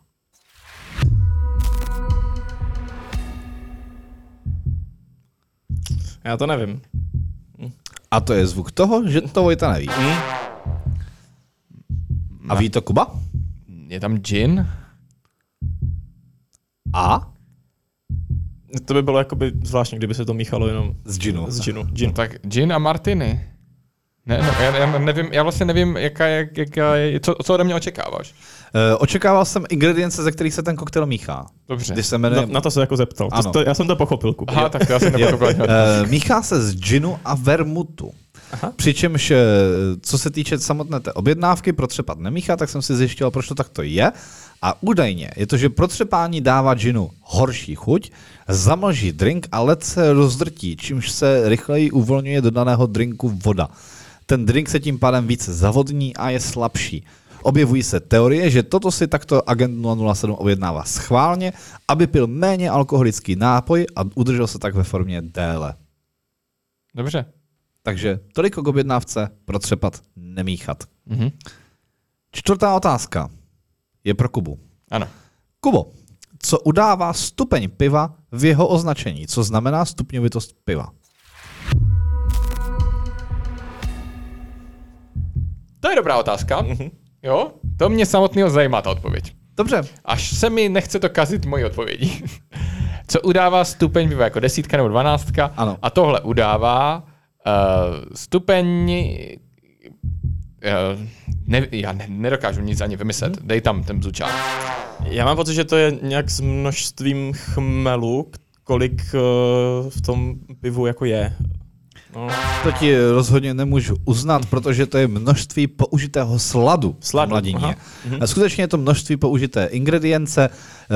Já to nevím. A to je zvuk toho, že to Vojta neví. A ví to Kuba? Je tam gin? A? To by bylo jakoby zvláštní, kdyby se to míchalo jenom z ginu. Gin. No, tak gin a martiny. Ne, já nevím, já vlastně nevím, jaká je, co ode mě očekáváš. Očekával jsem ingredience, ze kterých se ten koktejl míchá. Dobře. Když se jmenuje... Na to se jako zeptal. Já jsem to pochopil, Kuba. Aha, tak já jsem nepochopil. Míchá se z ginu a vermutu. Aha. Přičemž, co se týče samotné té objednávky, protřepat nemíchá, tak jsem si zjišťoval, proč to takto je. A údajně je to, že protřepání dává ginu horší chuť, zamlží drink a led se rozdrtí, čímž se rychleji uvolňuje do daného drinku voda. Ten drink se tím pádem více zavodní a je slabší. Objevují se teorie, že toto si takto agent 007 objednává schválně, aby pil méně alkoholický nápoj a udržel se tak ve formě déle. Dobře. Takže toliko k objednávce, protřepat, nemíchat. Čtvrtá otázka je pro Kubu. Ano. Kubo, co udává stupeň piva v jeho označení? Co znamená stupňovitost piva? To je dobrá otázka. Jo? To mě samotného zajímá ta odpověď. Dobře. Až se mi nechce to kazit mojí odpovědí. Co udává stupeň piva, jako 10 nebo 12? Ano. A tohle udává stupeň... já nedokážu nic ani vymyslet. Dej tam ten bzučák. Já mám pocit, že to je nějak s množstvím chmelu, kolik v tom pivu jako je. No. To ti rozhodně nemůžu uznat, protože to je množství použitého sladu v mladině. Skutečně je to množství použité ingredience,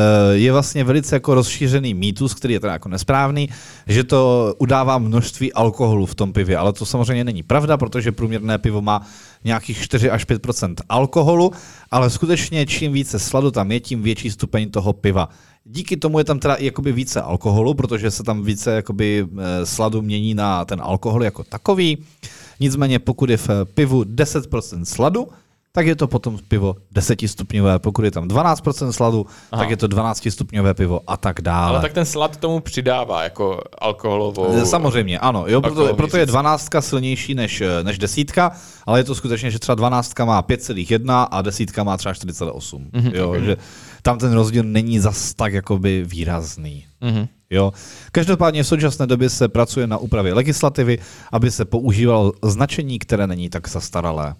je vlastně velice jako rozšířený mýtus, který je teda jako nesprávný, že to udává množství alkoholu v tom pivě, ale to samozřejmě není pravda, protože průměrné pivo má nějakých 4 až 5% alkoholu, ale skutečně čím více sladu tam je, tím větší stupeň toho piva. Díky tomu je tam teda i jakoby více alkoholu, protože se tam více jakoby sladu mění na ten alkohol jako takový. Nicméně pokud je v pivu 10% sladu, tak je to potom pivo 10stupňové. Pokud je tam 12% sladu, tak je to 12stupňové pivo a tak dále. Ale tak ten slad tomu přidává jako alkoholovou... Samozřejmě, ano. Jo, proto je 12 silnější než 10, ale je to skutečně, že třeba 12 má 5,1 a 10 má třeba 4,8. Jo, že tam ten rozdíl není zas tak jakoby výrazný. Jo. Každopádně v současné době se pracuje na úpravě legislativy, aby se používalo značení, které není tak zastaralé.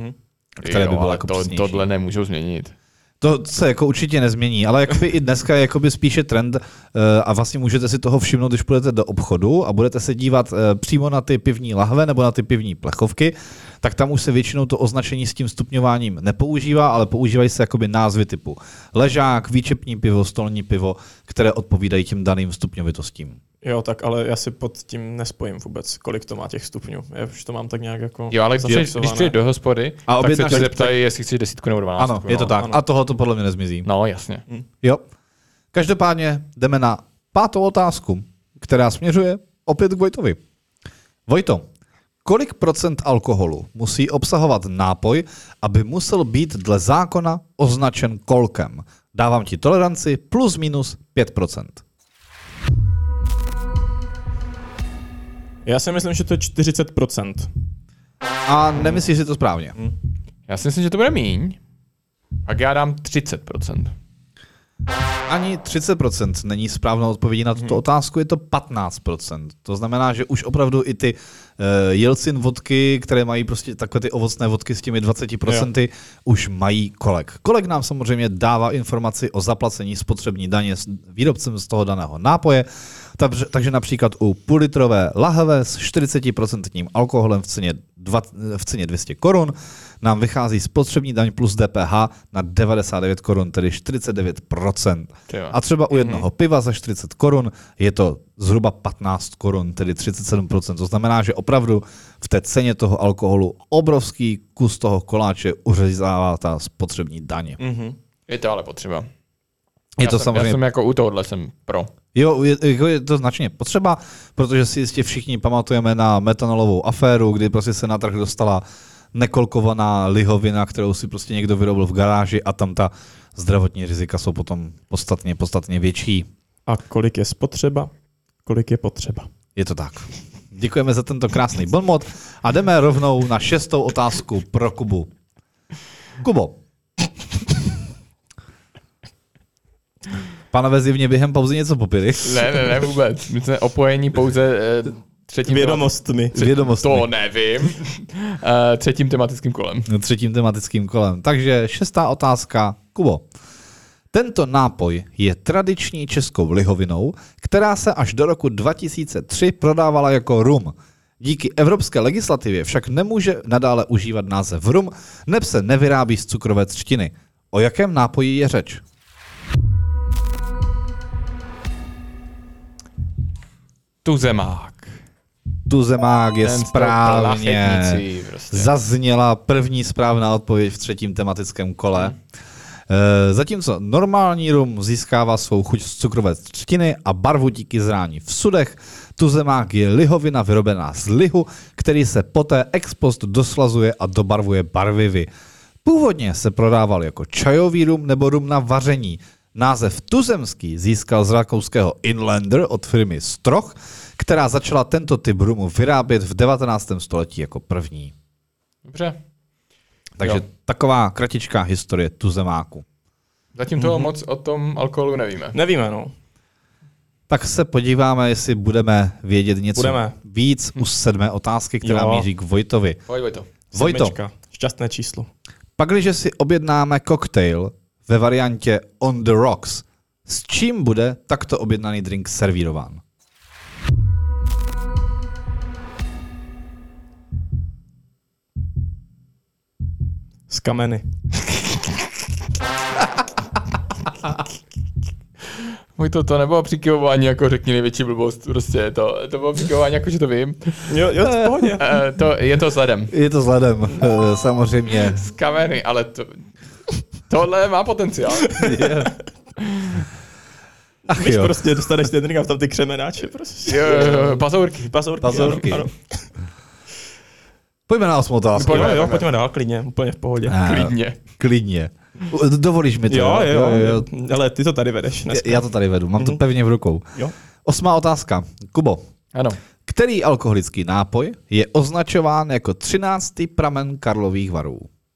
Které by bylo jako tohle nemůžou změnit. To se jako určitě nezmění, ale jakoby i dneska je jakoby spíše trend a vlastně můžete si toho všimnout, když půjdete do obchodu a budete se dívat přímo na ty pivní lahve nebo na ty pivní plechovky, tak tam už se většinou to označení s tím stupňováním nepoužívá, ale používají se jakoby názvy typu ležák, výčepní pivo, stolní pivo, které odpovídají těm daným stupňovitostím. Jo, tak ale já si pod tím nespojím vůbec, kolik to má těch stupňů. Já už to mám tak nějak jako... Jo, ale když přijde do hospody, tak se tě zeptají, jestli chceš 10 nebo 12. Ano, je to tak. Ano. A tohle to podle mě nezmizí. No, jasně. Jo. Každopádně jdeme na 5. otázku, která směřuje opět k Vojtovi. Vojto, kolik procent alkoholu musí obsahovat nápoj, aby musel být dle zákona označen kolkem? Dávám ti toleranci plus minus 5%. Já si myslím, že to je 40%. A nemyslíš si to správně? Já si myslím, že to bude míň. Tak já dám 30%. Ani 30% není správnou odpovědí na tuto otázku, je to 15%. To znamená, že už opravdu i ty Jelcin vodky, které mají prostě takové ty ovocné vodky s těmi 20%, už mají kolek. Kolek nám samozřejmě dává informaci o zaplacení spotřební daně s výrobcem z toho daného nápoje, takže například u půllitrové lahve s 40% alkoholem v ceně 200 korun nám vychází spotřební daň plus DPH na 99 korun, tedy 49%. A třeba u jednoho piva za 40 korun je to zhruba 15 korun, tedy 37%. To znamená, že opravdu v té ceně toho alkoholu obrovský kus toho koláče uřezává ta spotřební daň. Je to ale potřeba. Já jsem jako u tohohle jsem pro. Jo, je to značně potřeba, protože si jistě všichni pamatujeme na metanolovou aféru, kdy prostě se na trh dostala nekolkovaná lihovina, kterou si prostě někdo vyrobil v garáži a tam ta zdravotní rizika jsou potom podstatně větší. A kolik je spotřeba? Kolik je potřeba? Je to tak. Děkujeme za tento krásný bonmot a jdeme rovnou na 6. otázku pro Kubu. Kubo. Pánové zjevně během pauzy něco popili. Ne, vůbec. My jsme opojení pouze třetím vědomostmi. To nevím. Třetím tematickým kolem. Třetím tematickým kolem. Takže 6. otázka. Kubo. Tento nápoj je tradiční českou lihovinou, která se až do roku 2003 prodávala jako rum. Díky evropské legislativě však nemůže nadále užívat název rum, neb se nevyrábí z cukrové třtiny. O jakém nápoji je řeč? Tuzemák je správně. Prostě. Zazněla první správná odpověď v třetím tematickém kole. Zatímco normální rum získává svou chuť z cukrové třtiny a barvu díky zrání v sudech, tuzemák je lihovina vyrobená z lihu, který se poté ex post doslazuje a dobarvuje barvivy. Původně se prodával jako čajový rum nebo rum na vaření. Název tuzemský získal z rakouského Inlander od firmy Stroh, která začala tento typ rumu vyrábět v 19. století jako první. Dobře. Takže taková kratičká historie tuzemáku. Zatím toho moc o tom alkoholu nevíme. Nevíme, no. Tak se podíváme, jestli budeme vědět něco víc u 7. otázky, která míří k Vojtovi. Vojto. Vojto, šťastné číslo. pakliže si objednáme koktejl ve variantě On the Rocks, s čím bude takto objednaný drink servírován? Z kameny. To nebylo přikyvování, jako řekni největší blbost, prostě to bylo přikyvování, jako že to vím. Jo, v pohodě. Je to vzhledem. Je to vzhledem, samozřejmě. Z kamery, ale tohle má potenciál. Ach Víš, jo. prostě dostaneš ten drink a tam ty křemenáče. Prostě. Jo, Pazourky. Ano. Pojďme na 8. otázku. Pojďme dál, klidně, úplně v pohodě. Klidně. Dovolíš mi to? Jo. Ale ty to tady vedeš dneska. Já to tady vedu, mám to pevně v rukou. Jo. 8. otázka. Kubo, Ano. který alkoholický nápoj je označován jako 13. pramen Karlových Varů?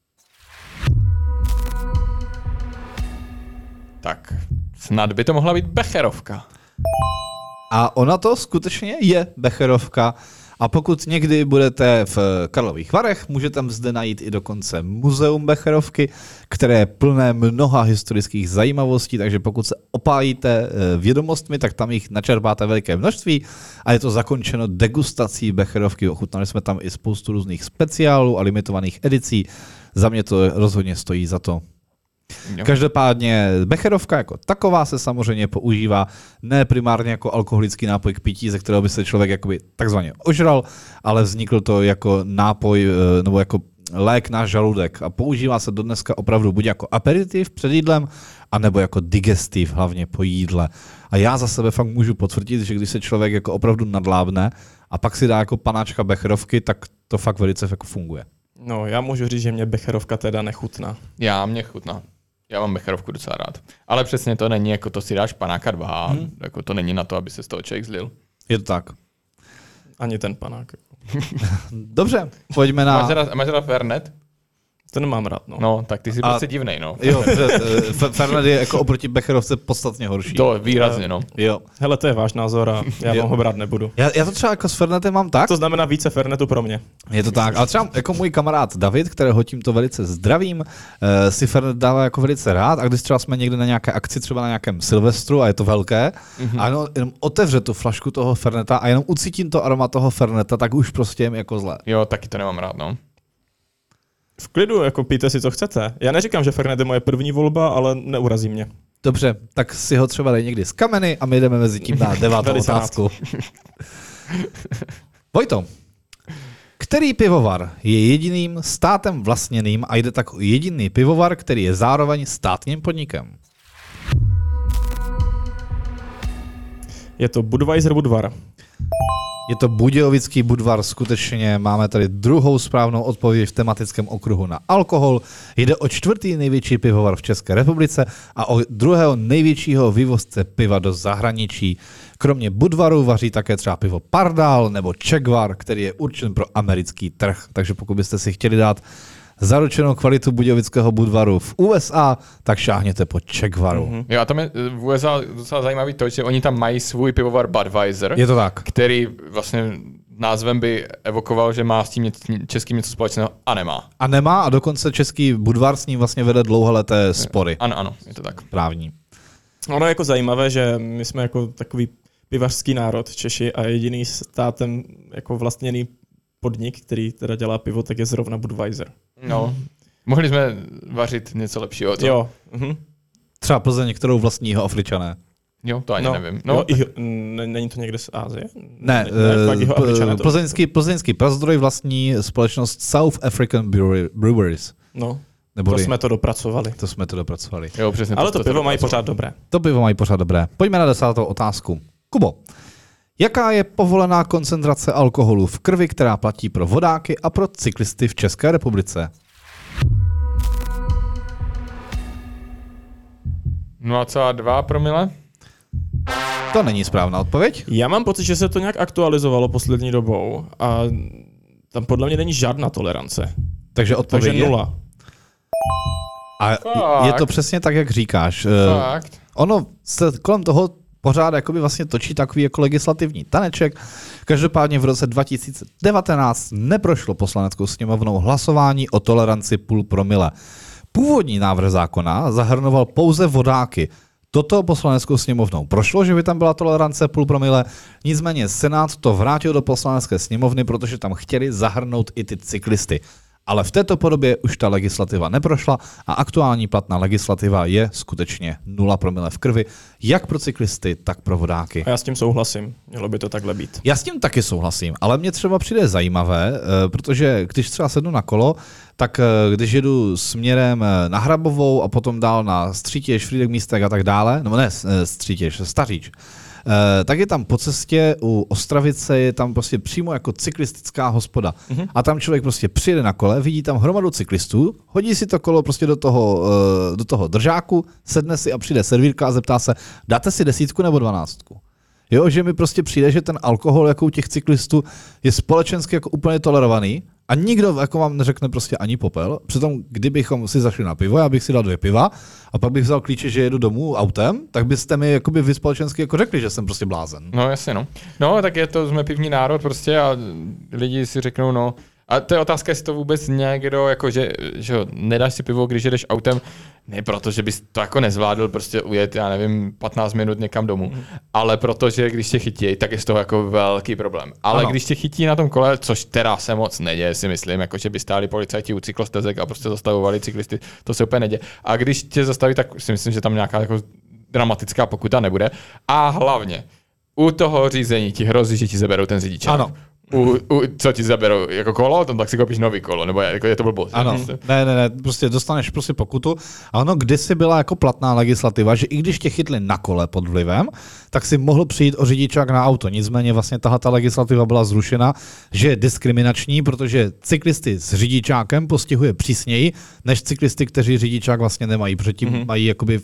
Tak, snad by to mohla být becherovka. A ona to skutečně je becherovka. A pokud někdy budete v Karlových Varech, můžete zde najít i dokonce muzeum becherovky, které je plné mnoha historických zajímavostí, takže pokud se opájíte vědomostmi, tak tam jich načerpáte veliké množství a je to zakončeno degustací becherovky. Ochutnali jsme tam i spoustu různých speciálů a limitovaných edicí. Za mě to rozhodně stojí za to. Jo. Každopádně becherovka jako taková se samozřejmě používá ne primárně jako alkoholický nápoj k pití, ze kterého by se člověk jakoby takzvaně ožral, ale vznikl to jako nápoj nebo jako lék na žaludek a používá se dodneska opravdu buď jako aperitiv před jídlem, anebo jako digestiv, hlavně po jídle. A já za sebe fakt můžu potvrdit, že když se člověk jako opravdu nadlábne a pak si dá jako panáčka becherovky, tak to fakt velice jako funguje. No, já můžu říct, že mě becherovka teda nechutná. Mě chutná. Já mám becherovku docela rád. Ale přesně to není jako to si dáš panáka 2, jako to není na to, aby se z toho člověk zlil. Je to tak. Ani ten panák. Dobře, pojďme na... Máš rád Fernet? Ten mám rád, no. No, tak ty jsi prostě divnej, no. Jo, Fernet je jako oproti becherovce podstatně horší. To výrazně, no. Jo. Hele, to je váš názor a já vám ho brát nebudu. Já to třeba jako s Fernetem mám tak. To znamená více Fernetu pro mě. Je to tak, ale třeba jako můj kamarád David, kterého tímto velice zdravím, si Fernet dává jako velice rád a když třeba jsme někde na nějaké akci, třeba na nějakém Silvestru a je to velké, a jenom otevře tu flašku toho Ferneta a jenom ucítím to aroma toho Ferneta, tak už prostě je mi jako zlé. Jo, taky to nemám rád, no. V klidu, jako pijte si, co chcete. Já neříkám, že Fernet je moje první volba, ale neurazí mě. Dobře, tak si ho třeba dej někdy z kameny a my jdeme mezi tím na 9. otázku. Vojto, který pivovar je jediným státem vlastněným a jde tak o jediný pivovar, který je zároveň státním podnikem? Je to Budweiser Budvar. Je to Budějovický Budvar, skutečně máme tady druhou správnou odpověď v tematickém okruhu na alkohol. Jde o 4. největší pivovar v České republice a o 2. největšího vývozce piva do zahraničí. Kromě Budvaru vaří také třeba pivo Pardál nebo Čegvar, který je určen pro americký trh. Takže pokud byste si chtěli dát zaručenou kvalitu Budějovického Budvaru v USA, tak šáhněte po Čegvaru. Jo, a tam je v USA docela zajímavý to, že oni tam mají svůj pivovar Budweiser, Je to tak. který vlastně názvem by evokoval, že má s tím českým něco společného a nemá. A nemá a dokonce český Budvar s ním vlastně vede dlouholeté spory. Ano, je to tak. Právní. Ono je jako zajímavé, že my jsme jako takový pivařský národ Češi a jediný státem jako vlastněný podnik, který teda dělá pivo, tak je zrovna Budweiser. No, mohli jsme vařit něco lepšího. Co? Jo. Třeba Plzeň, kterou vlastního Afričané. Jo, to ani nevím. No, No, není to někde z Asie? Ne, plzeňský prazdroj vlastní společnost South African Breweries. No, Neboli, to jsme to dopracovali. To jsme to dopracovali. jo, přesně. Ale to pivo mají pořád dobré. To pivo mají pořád dobré. Pojďme na 10. otázku. Kubo, jaká je povolená koncentrace alkoholu v krvi, která platí pro vodáky a pro cyklisty v České republice? 0,2 promile? To není správná odpověď. Já mám pocit, že se to nějak aktualizovalo poslední dobou a tam podle mě není žádná tolerance. Takže odpověď Takže je 0. A Fakt? je to přesně tak, jak říkáš. Fakt. Ono se kolem toho pořád jakoby vlastně točí takový jako legislativní taneček. Každopádně v roce 2019 neprošlo poslaneckou sněmovnou hlasování o toleranci 0,5 promile. Původní návrh zákona zahrnoval pouze vodáky. Toto poslaneckou sněmovnou prošlo, že by tam byla tolerance 0,5 promile, nicméně Senát to vrátil do poslanecké sněmovny, protože tam chtěli zahrnout i ty cyklisty. Ale v této podobě už ta legislativa neprošla a aktuální platná legislativa je skutečně 0 promile v krvi, jak pro cyklisty, tak pro vodáky. A já s tím souhlasím, mělo by to takhle být. Já s tím taky souhlasím, ale mně třeba přijde zajímavé, protože když třeba sednu na kolo, tak když jedu směrem na Hrabovou a potom dál na Střítěž, Frýdek Místek a tak dále, nebo ne Střítěž, Staříč, tak je tam po cestě u Ostravice, je tam prostě přímo jako cyklistická hospoda. A tam člověk prostě přijede na kole, vidí tam hromadu cyklistů, hodí si to kolo prostě do toho držáku, sedne si a přijde servírka a zeptá se, dáte si 10 nebo 12? Jo, že mi prostě přijde, že ten alkohol jako u těch cyklistů je společensky jako úplně tolerovaný a nikdo jako vám neřekne prostě ani popel. Přitom, kdybychom si zašli na pivo, já bych si dal 2 piva a pak bych vzal klíče, že jedu domů autem, tak byste mi jakoby vy společensky jako řekli, že jsem prostě blázen. No jasně, no. No, tak je to, jsme pivní národ prostě a lidi si řeknou, no, a to je otázka, jestli to vůbec někdo, jako že nedáš si pivo, když jedeš autem, ne protože bys to jako nezvládl prostě ujet, já nevím, 15 minut někam domů, ale protože když tě chytí, tak je z toho jako velký problém. Ale ano. Když tě chytí na tom kole, což teda se moc neděje, si myslím, jako že by stáli policajti u cyklostezek a prostě zastavovali cyklisty, to se úplně neděje. A když tě zastaví, tak si myslím, že tam nějaká jako dramatická pokuta nebude. A hlavně, u toho řízení ti hrozí, že ti zaberou ten řidičák. Ano. Co ti zaberou jako kolo, tak si koupíš nový kolo, nebo je to blbost. Ano, ne, prostě dostaneš prostě pokutu. A ono kdysi byla jako platná legislativa, že i když tě chytli na kole pod vlivem, tak si mohl přijít o řidičák na auto. Nicméně vlastně ta legislativa byla zrušena, že je diskriminační, protože cyklisty s řidičákem postihuje přísněji, než cyklisty, kteří řidičák vlastně nemají, protože tím mají jakoby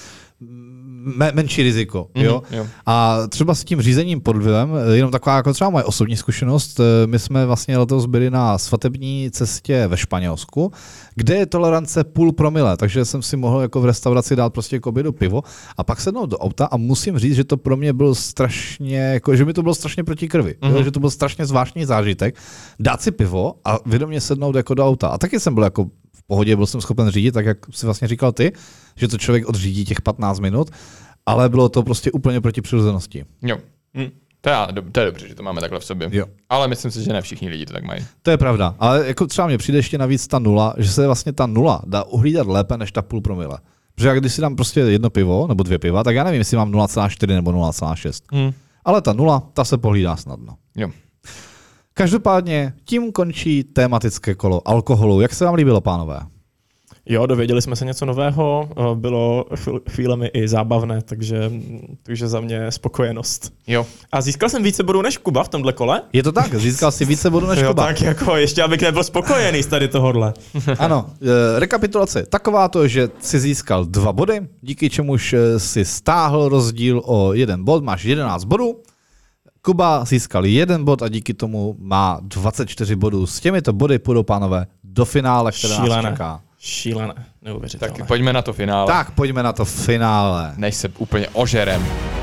menší riziko. Jo? A třeba s tím řízením pod vlivem, jenom taková jako třeba moje osobní zkušenost, my jsme vlastně letos byli na svatební cestě ve Španělsku, kde je tolerance 0,5 promile, takže jsem si mohl jako v restauraci dát prostě k obědu pivo a pak sednout do auta a musím říct, že to pro mě bylo strašně, jako, že mi to bylo strašně proti krvi, jo? Že to byl strašně zvláštní zážitek, dát si pivo a vědomě sednout jako do auta. A taky jsem byl jako v pohodě, byl jsem schopen řídit, tak jak si vlastně říkal ty, že to člověk odřídí těch 15 minut, ale bylo to prostě úplně proti přirozenosti. Jo. To je dobře, že to máme takhle v sobě. Jo. Ale myslím si, že ne všichni lidi to tak mají. To je pravda, ale jako třeba mě přijde ještě navíc ta 0, že se vlastně ta 0 dá uhlídat lépe než ta 0,5 promile. Protože jak když si dám prostě 1 pivo nebo 2 piva, tak já nevím, jestli mám 0,4 nebo 0,6. Ale ta 0, ta se pohlídá snadno. Jo. Každopádně tím končí tematické kolo alkoholu. Jak se vám líbilo, pánové? Jo, dověděli jsme se něco nového, bylo chvílemi i zábavné, takže za mě spokojenost. Jo. A získal jsem více bodů než Kuba v tomhle kole? Je to tak, získal si více bodů než Kuba. Tak jako ještě abych nebyl spokojený z tady tohohle. Ano, rekapitulace taková to, že si získal 2 body, díky čemuž si stáhl rozdíl o 1 bod, máš 11 bodů. Kuba získal 1 bod a díky tomu má 24 bodů. S těmito body půjdou, pánové, do finále, které nás čeká. Šílené, neuvěřitelné. Tak pojďme na to finále. Tak, pojďme na to finále. Než se úplně ožerem.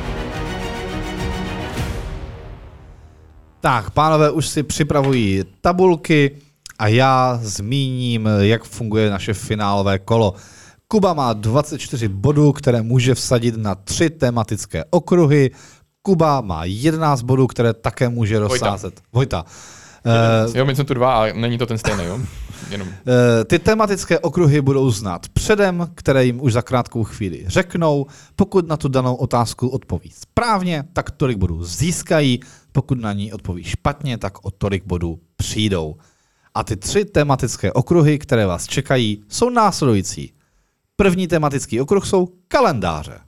Tak, pánové už si připravují tabulky a já zmíním, jak funguje naše finálové kolo. Kuba má 24 bodů, které může vsadit na 3 tematické okruhy. Kuba má 11 bodů, které také může rozsázet. Vojta. Jo, my jsme tu 2 a není to ten stejný, jo? Jenom. Ty tematické okruhy budou znát předem, které jim už za krátkou chvíli řeknou. Pokud na tu danou otázku odpoví správně, tak tolik bodů získají. Pokud na ní odpoví špatně, tak o tolik bodů přijdou. A ty 3 tematické okruhy, které vás čekají, jsou následující. První tematický okruh jsou kalendáře.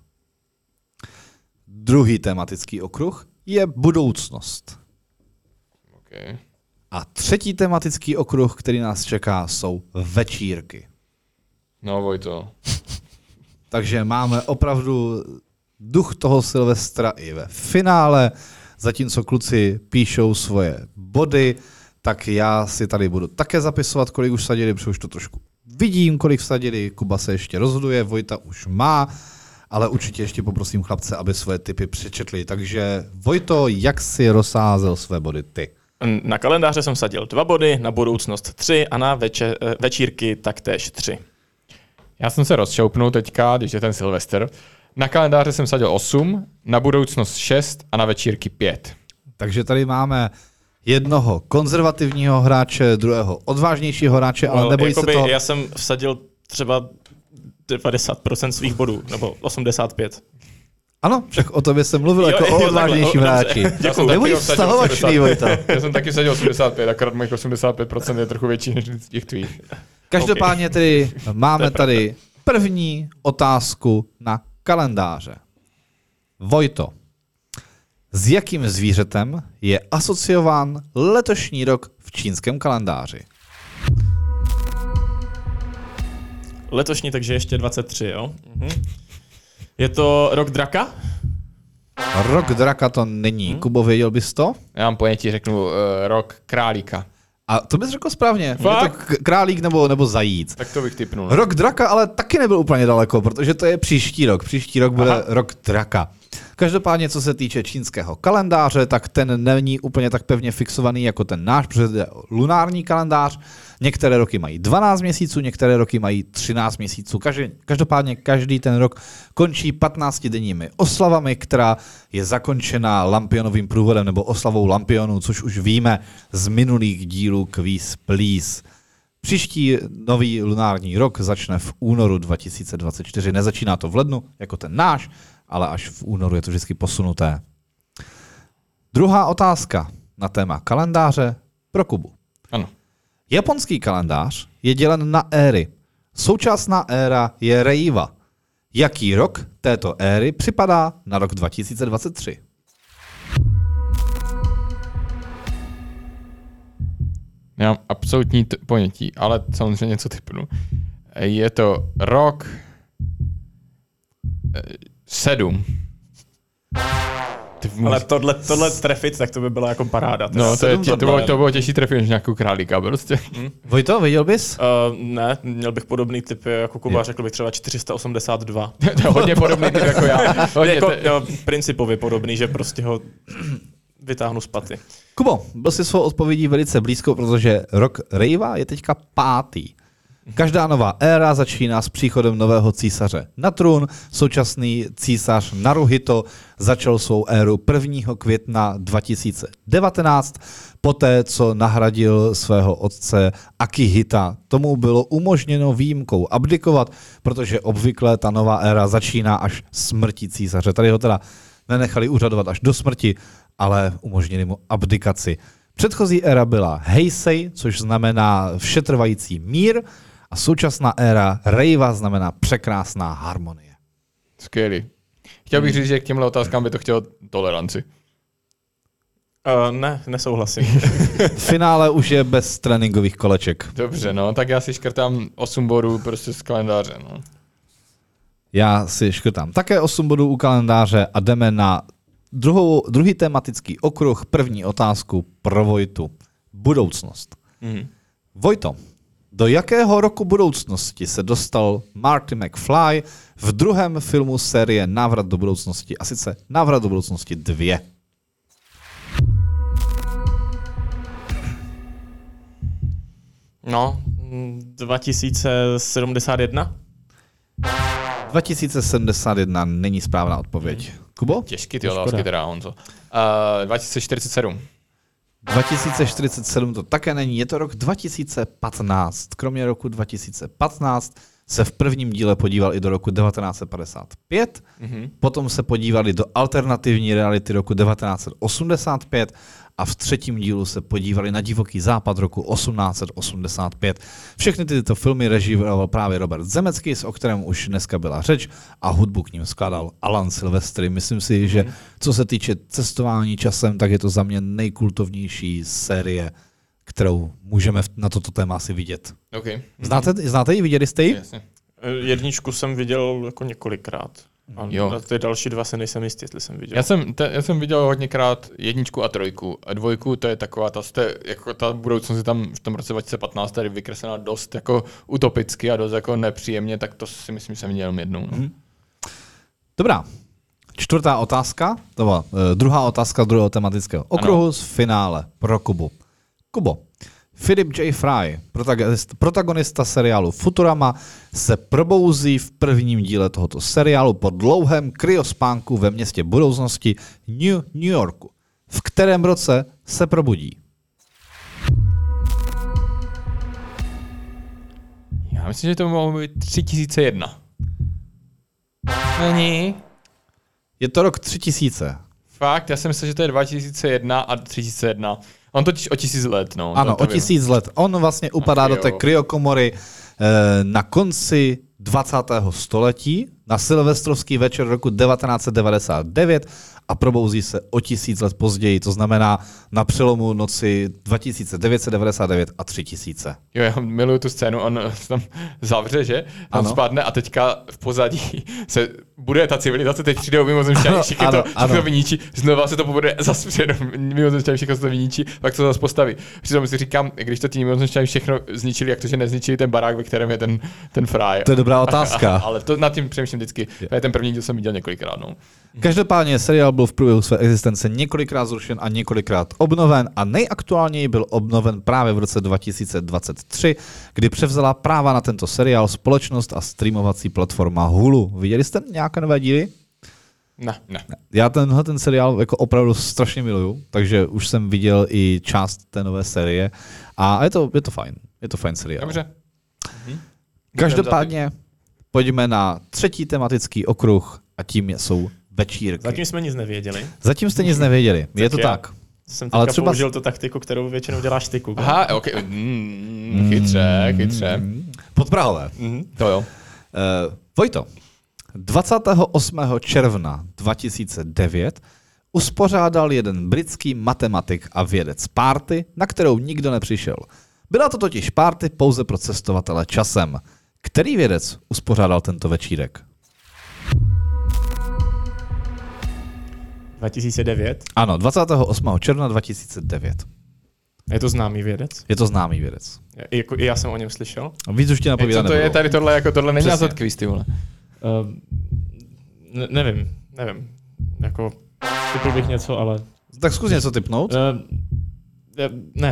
Druhý tematický okruh je budoucnost. Okay. A třetí tematický okruh, který nás čeká, jsou večírky. No, Vojto. Takže máme opravdu duch toho Silvestra i ve finále. Zatímco kluci píšou svoje body, tak já si tady budu také zapisovat, kolik už vsadili, protože už to trošku vidím, kolik vsadili. Kuba se ještě rozhoduje, Vojta už má. ale určitě ještě poprosím chlapce, aby svoje tipy přečetli. Takže Vojto, jak si rozsázel své body ty? Na kalendáře jsem vsadil 2 body, na budoucnost 3 a na večírky taktéž 3. Já jsem se rozšoupnul teďka, když je ten Silvestr. Na kalendáře jsem vsadil 8, na budoucnost 6 a na večírky 5. Takže tady máme jednoho konzervativního hráče, druhého odvážnějšího hráče, ale nebojí se toho... Já jsem vsadil třeba 90% svých bodů, nebo 85%. Ano, však o tobě jsem mluvil jako o odvážnějším hráči. Nebuď vztahovačný, Vojto. Já jsem taky vsadil 85, akorát mojich 85% je trochu větší než z těch tvých. Každopádně tedy máme tady první otázku na kalendáře. Vojto, s jakým zvířetem je asociován letošní rok v čínském kalendáři? Letošní, takže ještě 23, jo? Je to rok draka? Rok draka to není. Kubo, věděl bys to? Já mám pojetí, řeknu rok králíka. A to bys řekl správně. Je to králík nebo zajíc. Tak to bych tipnul. Rok draka ale taky nebyl úplně daleko, protože to je příští rok. Příští rok bude rok draka. Každopádně, co se týče čínského kalendáře, tak ten není úplně tak pevně fixovaný jako ten náš, protože je lunární kalendář. Některé roky mají 12 měsíců, některé roky mají 13 měsíců. Každopádně každý ten rok končí 15denními oslavami, která je zakončena Lampionovým průvodem nebo oslavou Lampionů, což už víme z minulých dílů Quiz Please. Příští nový lunární rok začne v únoru 2024. Nezačíná to v lednu, jako ten náš, ale až v únoru je to vždycky posunuté. Druhá otázka na téma kalendáře pro Kubu. Ano. Japonský kalendář je dělen na éry. Současná éra je Reiwa. Jaký rok této éry připadá na rok 2023? Nemám absolutní ponětí, ale samozřejmě něco typnu. Je to rok 7. Ale tohle trefit, tak to by byla jako paráda. No, to bylo těžší trefit než nějakou králíka prostě. Vojto, viděl bys? Ne, měl bych podobný typ jako Kuba, řekl bych třeba 482. To je hodně podobný typ jako já. Principově podobný, že prostě ho vytáhnu z paty. Kubo, byl si svou odpovědí velice blízko, protože rok Reiwa je teďka 5. Každá nová éra začíná s příchodem nového císaře na trůn. Současný císař Naruhito začal svou éru 1. května 2019, poté co nahradil svého otce Akihita. Tomu bylo umožněno výjimkou abdikovat, protože obvykle ta nová éra začíná až smrtí císaře. Tady ho teda nenechali úřadovat až do smrti, ale umožnili mu abdikaci. Předchozí éra byla Heisei, což znamená všetrvající mír, a současná éra Reiwa znamená překrásná harmonie. Skvělý. Chtěl bych říct, že k těmhle otázkám by to chtělo toleranci. Ne, nesouhlasím. V finále už je bez tréninkových koleček. Dobře, no, tak já si škrtám 8 bodů prostě z kalendáře. No. Já si škrtám také 8 bodů u kalendáře a jdeme na druhý tematický okruh, první otázku pro Vojtu. Budoucnost. Vojto, do jakého roku budoucnosti se dostal Marty McFly v druhém filmu série Návrat do budoucnosti, a sice Návrat do budoucnosti 2? No, 2071? 2071 není správná odpověď. Kubo? Těžký ty otázky teda, Honzo. 2047. 2047 to také není, je to rok 2015. Kromě roku 2015 se v prvním díle podíval i do roku 1955, potom se podívali do alternativní reality roku 1985 a v třetím dílu se podívali na Divoký západ roku 1885. Všechny tyto filmy režíroval právě Robert Zemeckis, o kterém už dneska byla řeč, a hudbu k ním skládal Alan Silvestri. Myslím si, že co se týče cestování časem, tak je to za mě nejkultovnější série, kterou můžeme na toto téma asi vidět. Okay. Znáte ji? Viděli jste ji? Jasně. Jedničku jsem viděl jako několikrát. A ty další dva se nejsem jistý, jestli jsem viděl. Já jsem viděl hodněkrát 1 a 3. A 2 to je taková, jako ta budoucnost je tam v tom roce 2015 tady vykreslená dost jako utopicky a dost jako nepříjemně, tak to si myslím, že jsem viděl jednou. No. Dobrá. Čtvrtá otázka, nebo druhá otázka druhého tematického okruhu z finále pro Kubu. Kubo, Philip J. Fry, protagonista seriálu Futurama, se probouzí v prvním díle tohoto seriálu po dlouhém kryospánku ve městě budoucnosti New Yorku. V kterém roce se probudí? Já myslím, že to mohlo být 3001. Není. Je to rok 3000. Fakt, já jsem myslel, že to je 2001 a 3001. On totiž o 1000 let, no. Ano, o 1000 let. On vlastně upadá do té kryokomory na konci 20. století, na silvestrovský večer roku 1999 a probouzí se o 1000 let později, to znamená na přelomu noci 2999 a 3000. Jo, já miluju tu scénu, on tam zavře, že? On spadne a teďka v pozadí se bude ta civilizace, teď přijde mimozemšťané, všichni to vyničí, znova se to povede zase přijde mimozemšťané, všechno se to vyničí, pak to zase postaví. Přitom si říkám, když to ti mimozemšťané všechno zničili, jak to, že nezničili ten barák, ve kterém je ten Fry. To je dobrá otázka. Ale to nad tím přemýšlím vždycky. Ten první díl jsem viděl několikrát. No. Každopádně seriál byl v průběhu své existence několikrát zrušen a několikrát obnoven a nejaktuálněji byl obnoven právě v roce 2023, kdy převzala práva na tento seriál společnost a streamovací platforma Hulu. Viděli jste nějaké nové díly? Ne. Já ten seriál jako opravdu strašně miluju, takže už jsem viděl i část té nové série a je to fajn. Je to fajn seriál. Dobře. Každopádně pojďme na třetí tematický okruh a tím jsou večírky. Zatím jsme nic nevěděli. Zatím jste nic nevěděli, je to tak. Jsem teďka třeba použil tu taktiku, kterou většinou děláš ty, Kuba. Aha, ok. Chytře. Podprahové. To jo. Vojto, 28. června 2009 uspořádal jeden britský matematik a vědec party, na kterou nikdo nepřišel. Byla to totiž party pouze pro cestovatele časem. Který vědec uspořádal tento večírek? 2009? Ano, 28. června 2009. Je to známý vědec? Je to známý vědec. I já jsem o něm slyšel. Víc už tě napovídat nebudu. Co to je tady tohle, jako tohle není nazvat quiz, ty vole. Nevím. Jako, typl bych něco, ale... Tak zkus něco typnout. Ne.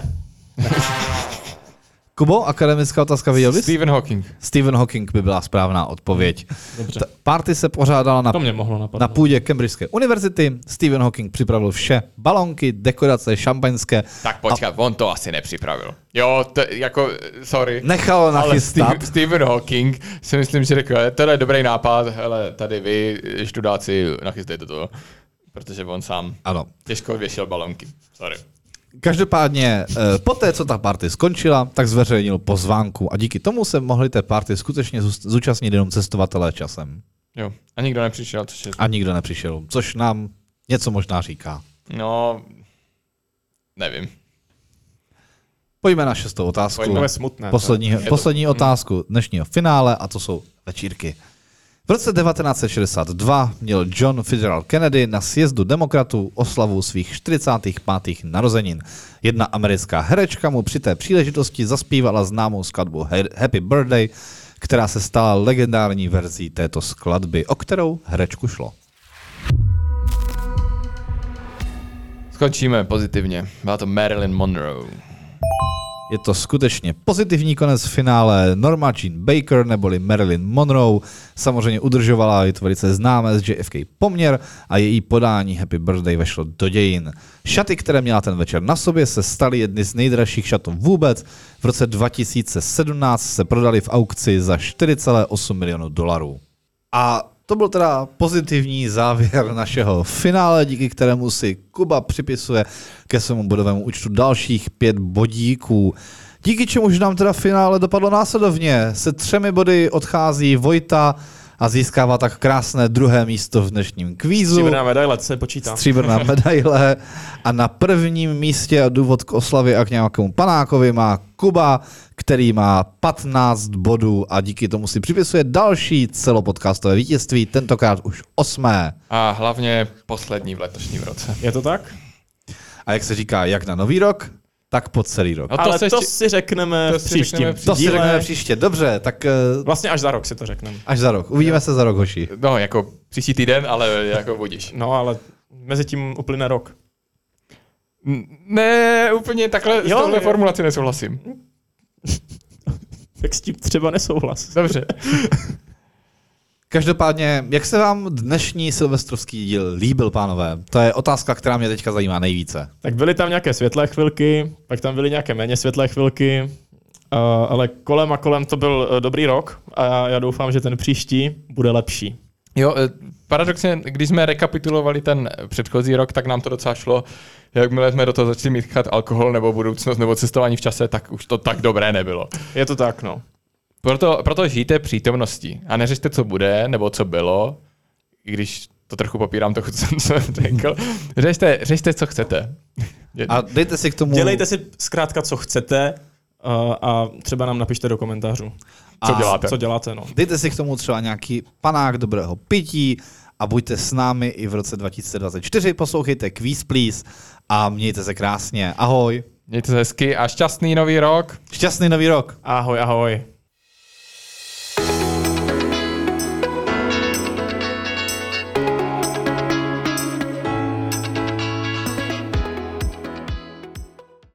Kubo, akademická otázka, viděl bys? Stephen Hawking. Stephen Hawking by byla správná odpověď. Dobře. Party se pořádala to mě mohlo napadnout. na půdě Cambridgeské univerzity. Stephen Hawking připravil vše. Balonky, dekorace, šampaňské. Tak počkat, on to asi nepřipravil. Jo, jako, sorry. Nechal nachystat. Ale Stephen Hawking si myslím, že řekl, tohle je dobrý nápad, hele, tady vy, študáci, nachystejte to. Protože on sám těžko věšel balonky. Sorry. Každopádně, poté, co ta party skončila, tak zveřejnil pozvánku a díky tomu se mohli té party skutečně zúčastnit jenom cestovatelé časem. Jo, a nikdo nepřišel. nikdo nepřišel, což nám něco možná říká. No, nevím. Pojďme na šestou otázku. Pojďme smutné. Poslední otázku dnešního finále a to jsou večírky. V roce 1962 měl John Fitzgerald Kennedy na sjezdu demokratů oslavu svých 45. narozenin. Jedna americká herečka mu při té příležitosti zaspívala známou skladbu Happy Birthday, která se stala legendární verzí této skladby, o kterou herečku šlo. Skončíme pozitivně. Byla to Marilyn Monroe. Je to skutečně pozitivní konec finále. Norma Jean Baker neboli Marilyn Monroe samozřejmě udržovala, je to velice známé z JFK poměr a její podání Happy Birthday vešlo do dějin. Šaty, které měla ten večer na sobě, se staly jedny z nejdražších šatů vůbec. V roce 2017 se prodaly v aukci za $4,8 milionu. A to byl teda pozitivní závěr našeho finále, díky kterému si Kuba připisuje ke svému bodovému účtu dalších 5 bodíků. Díky čemuž nám teda finále dopadlo následovně. Se 3 body odchází Vojta a získává tak krásné 2. místo v dnešním kvízu. Stříbrná medaile, se počítá. Stříbrná medaile. A na 1. místě a důvod k oslavě a k nějakému panákovi má Kuba, který má 15 bodů a díky tomu si připisuje další celopodcastové vítězství, tentokrát už 8. A hlavně poslední v letošním roce. Je to tak? A jak se říká, jak na nový rok? tak po celý rok. No Ale to si řekneme v příštím To si díle. řekneme příště. Dobře, tak Vlastně až za rok si to řekneme. až za rok. Uvidíme se za rok, hoši. No, jako příští týden, ale jako budíš. No, ale mezi tím uplyne rok. Ne, úplně takhle s touhle formulaci nesouhlasím. Tak s tím třeba nesouhlas. Dobře. Každopádně, jak se vám dnešní silvestrovský díl líbil, pánové? To je otázka, která mě teďka zajímá nejvíce. Tak byly tam nějaké světlé chvilky, pak tam byly nějaké méně světlé chvilky, ale kolem a kolem to byl dobrý rok a já doufám, že ten příští bude lepší. Jo, paradoxně, když jsme rekapitulovali ten předchozí rok, tak nám to docela šlo. Jakmile jsme do toho začali míchat alkohol nebo budoucnost nebo cestování v čase, tak už to tak dobré nebylo. Je to tak, no. Proto žijte přítomností a neřešte, co bude nebo co bylo, i když to trochu popírám to, co jsem řekl. Řešte, co chcete. A dejte si k tomu... Dělejte si zkrátka, co chcete a třeba nám napište do komentářů. Co děláte, no. Dejte si k tomu třeba nějaký panák dobrého pití a buďte s námi i v roce 2024. Poslouchejte Quiz Please a mějte se krásně. Ahoj. Mějte se hezky a šťastný nový rok. Šťastný nový rok. Ahoj, ahoj.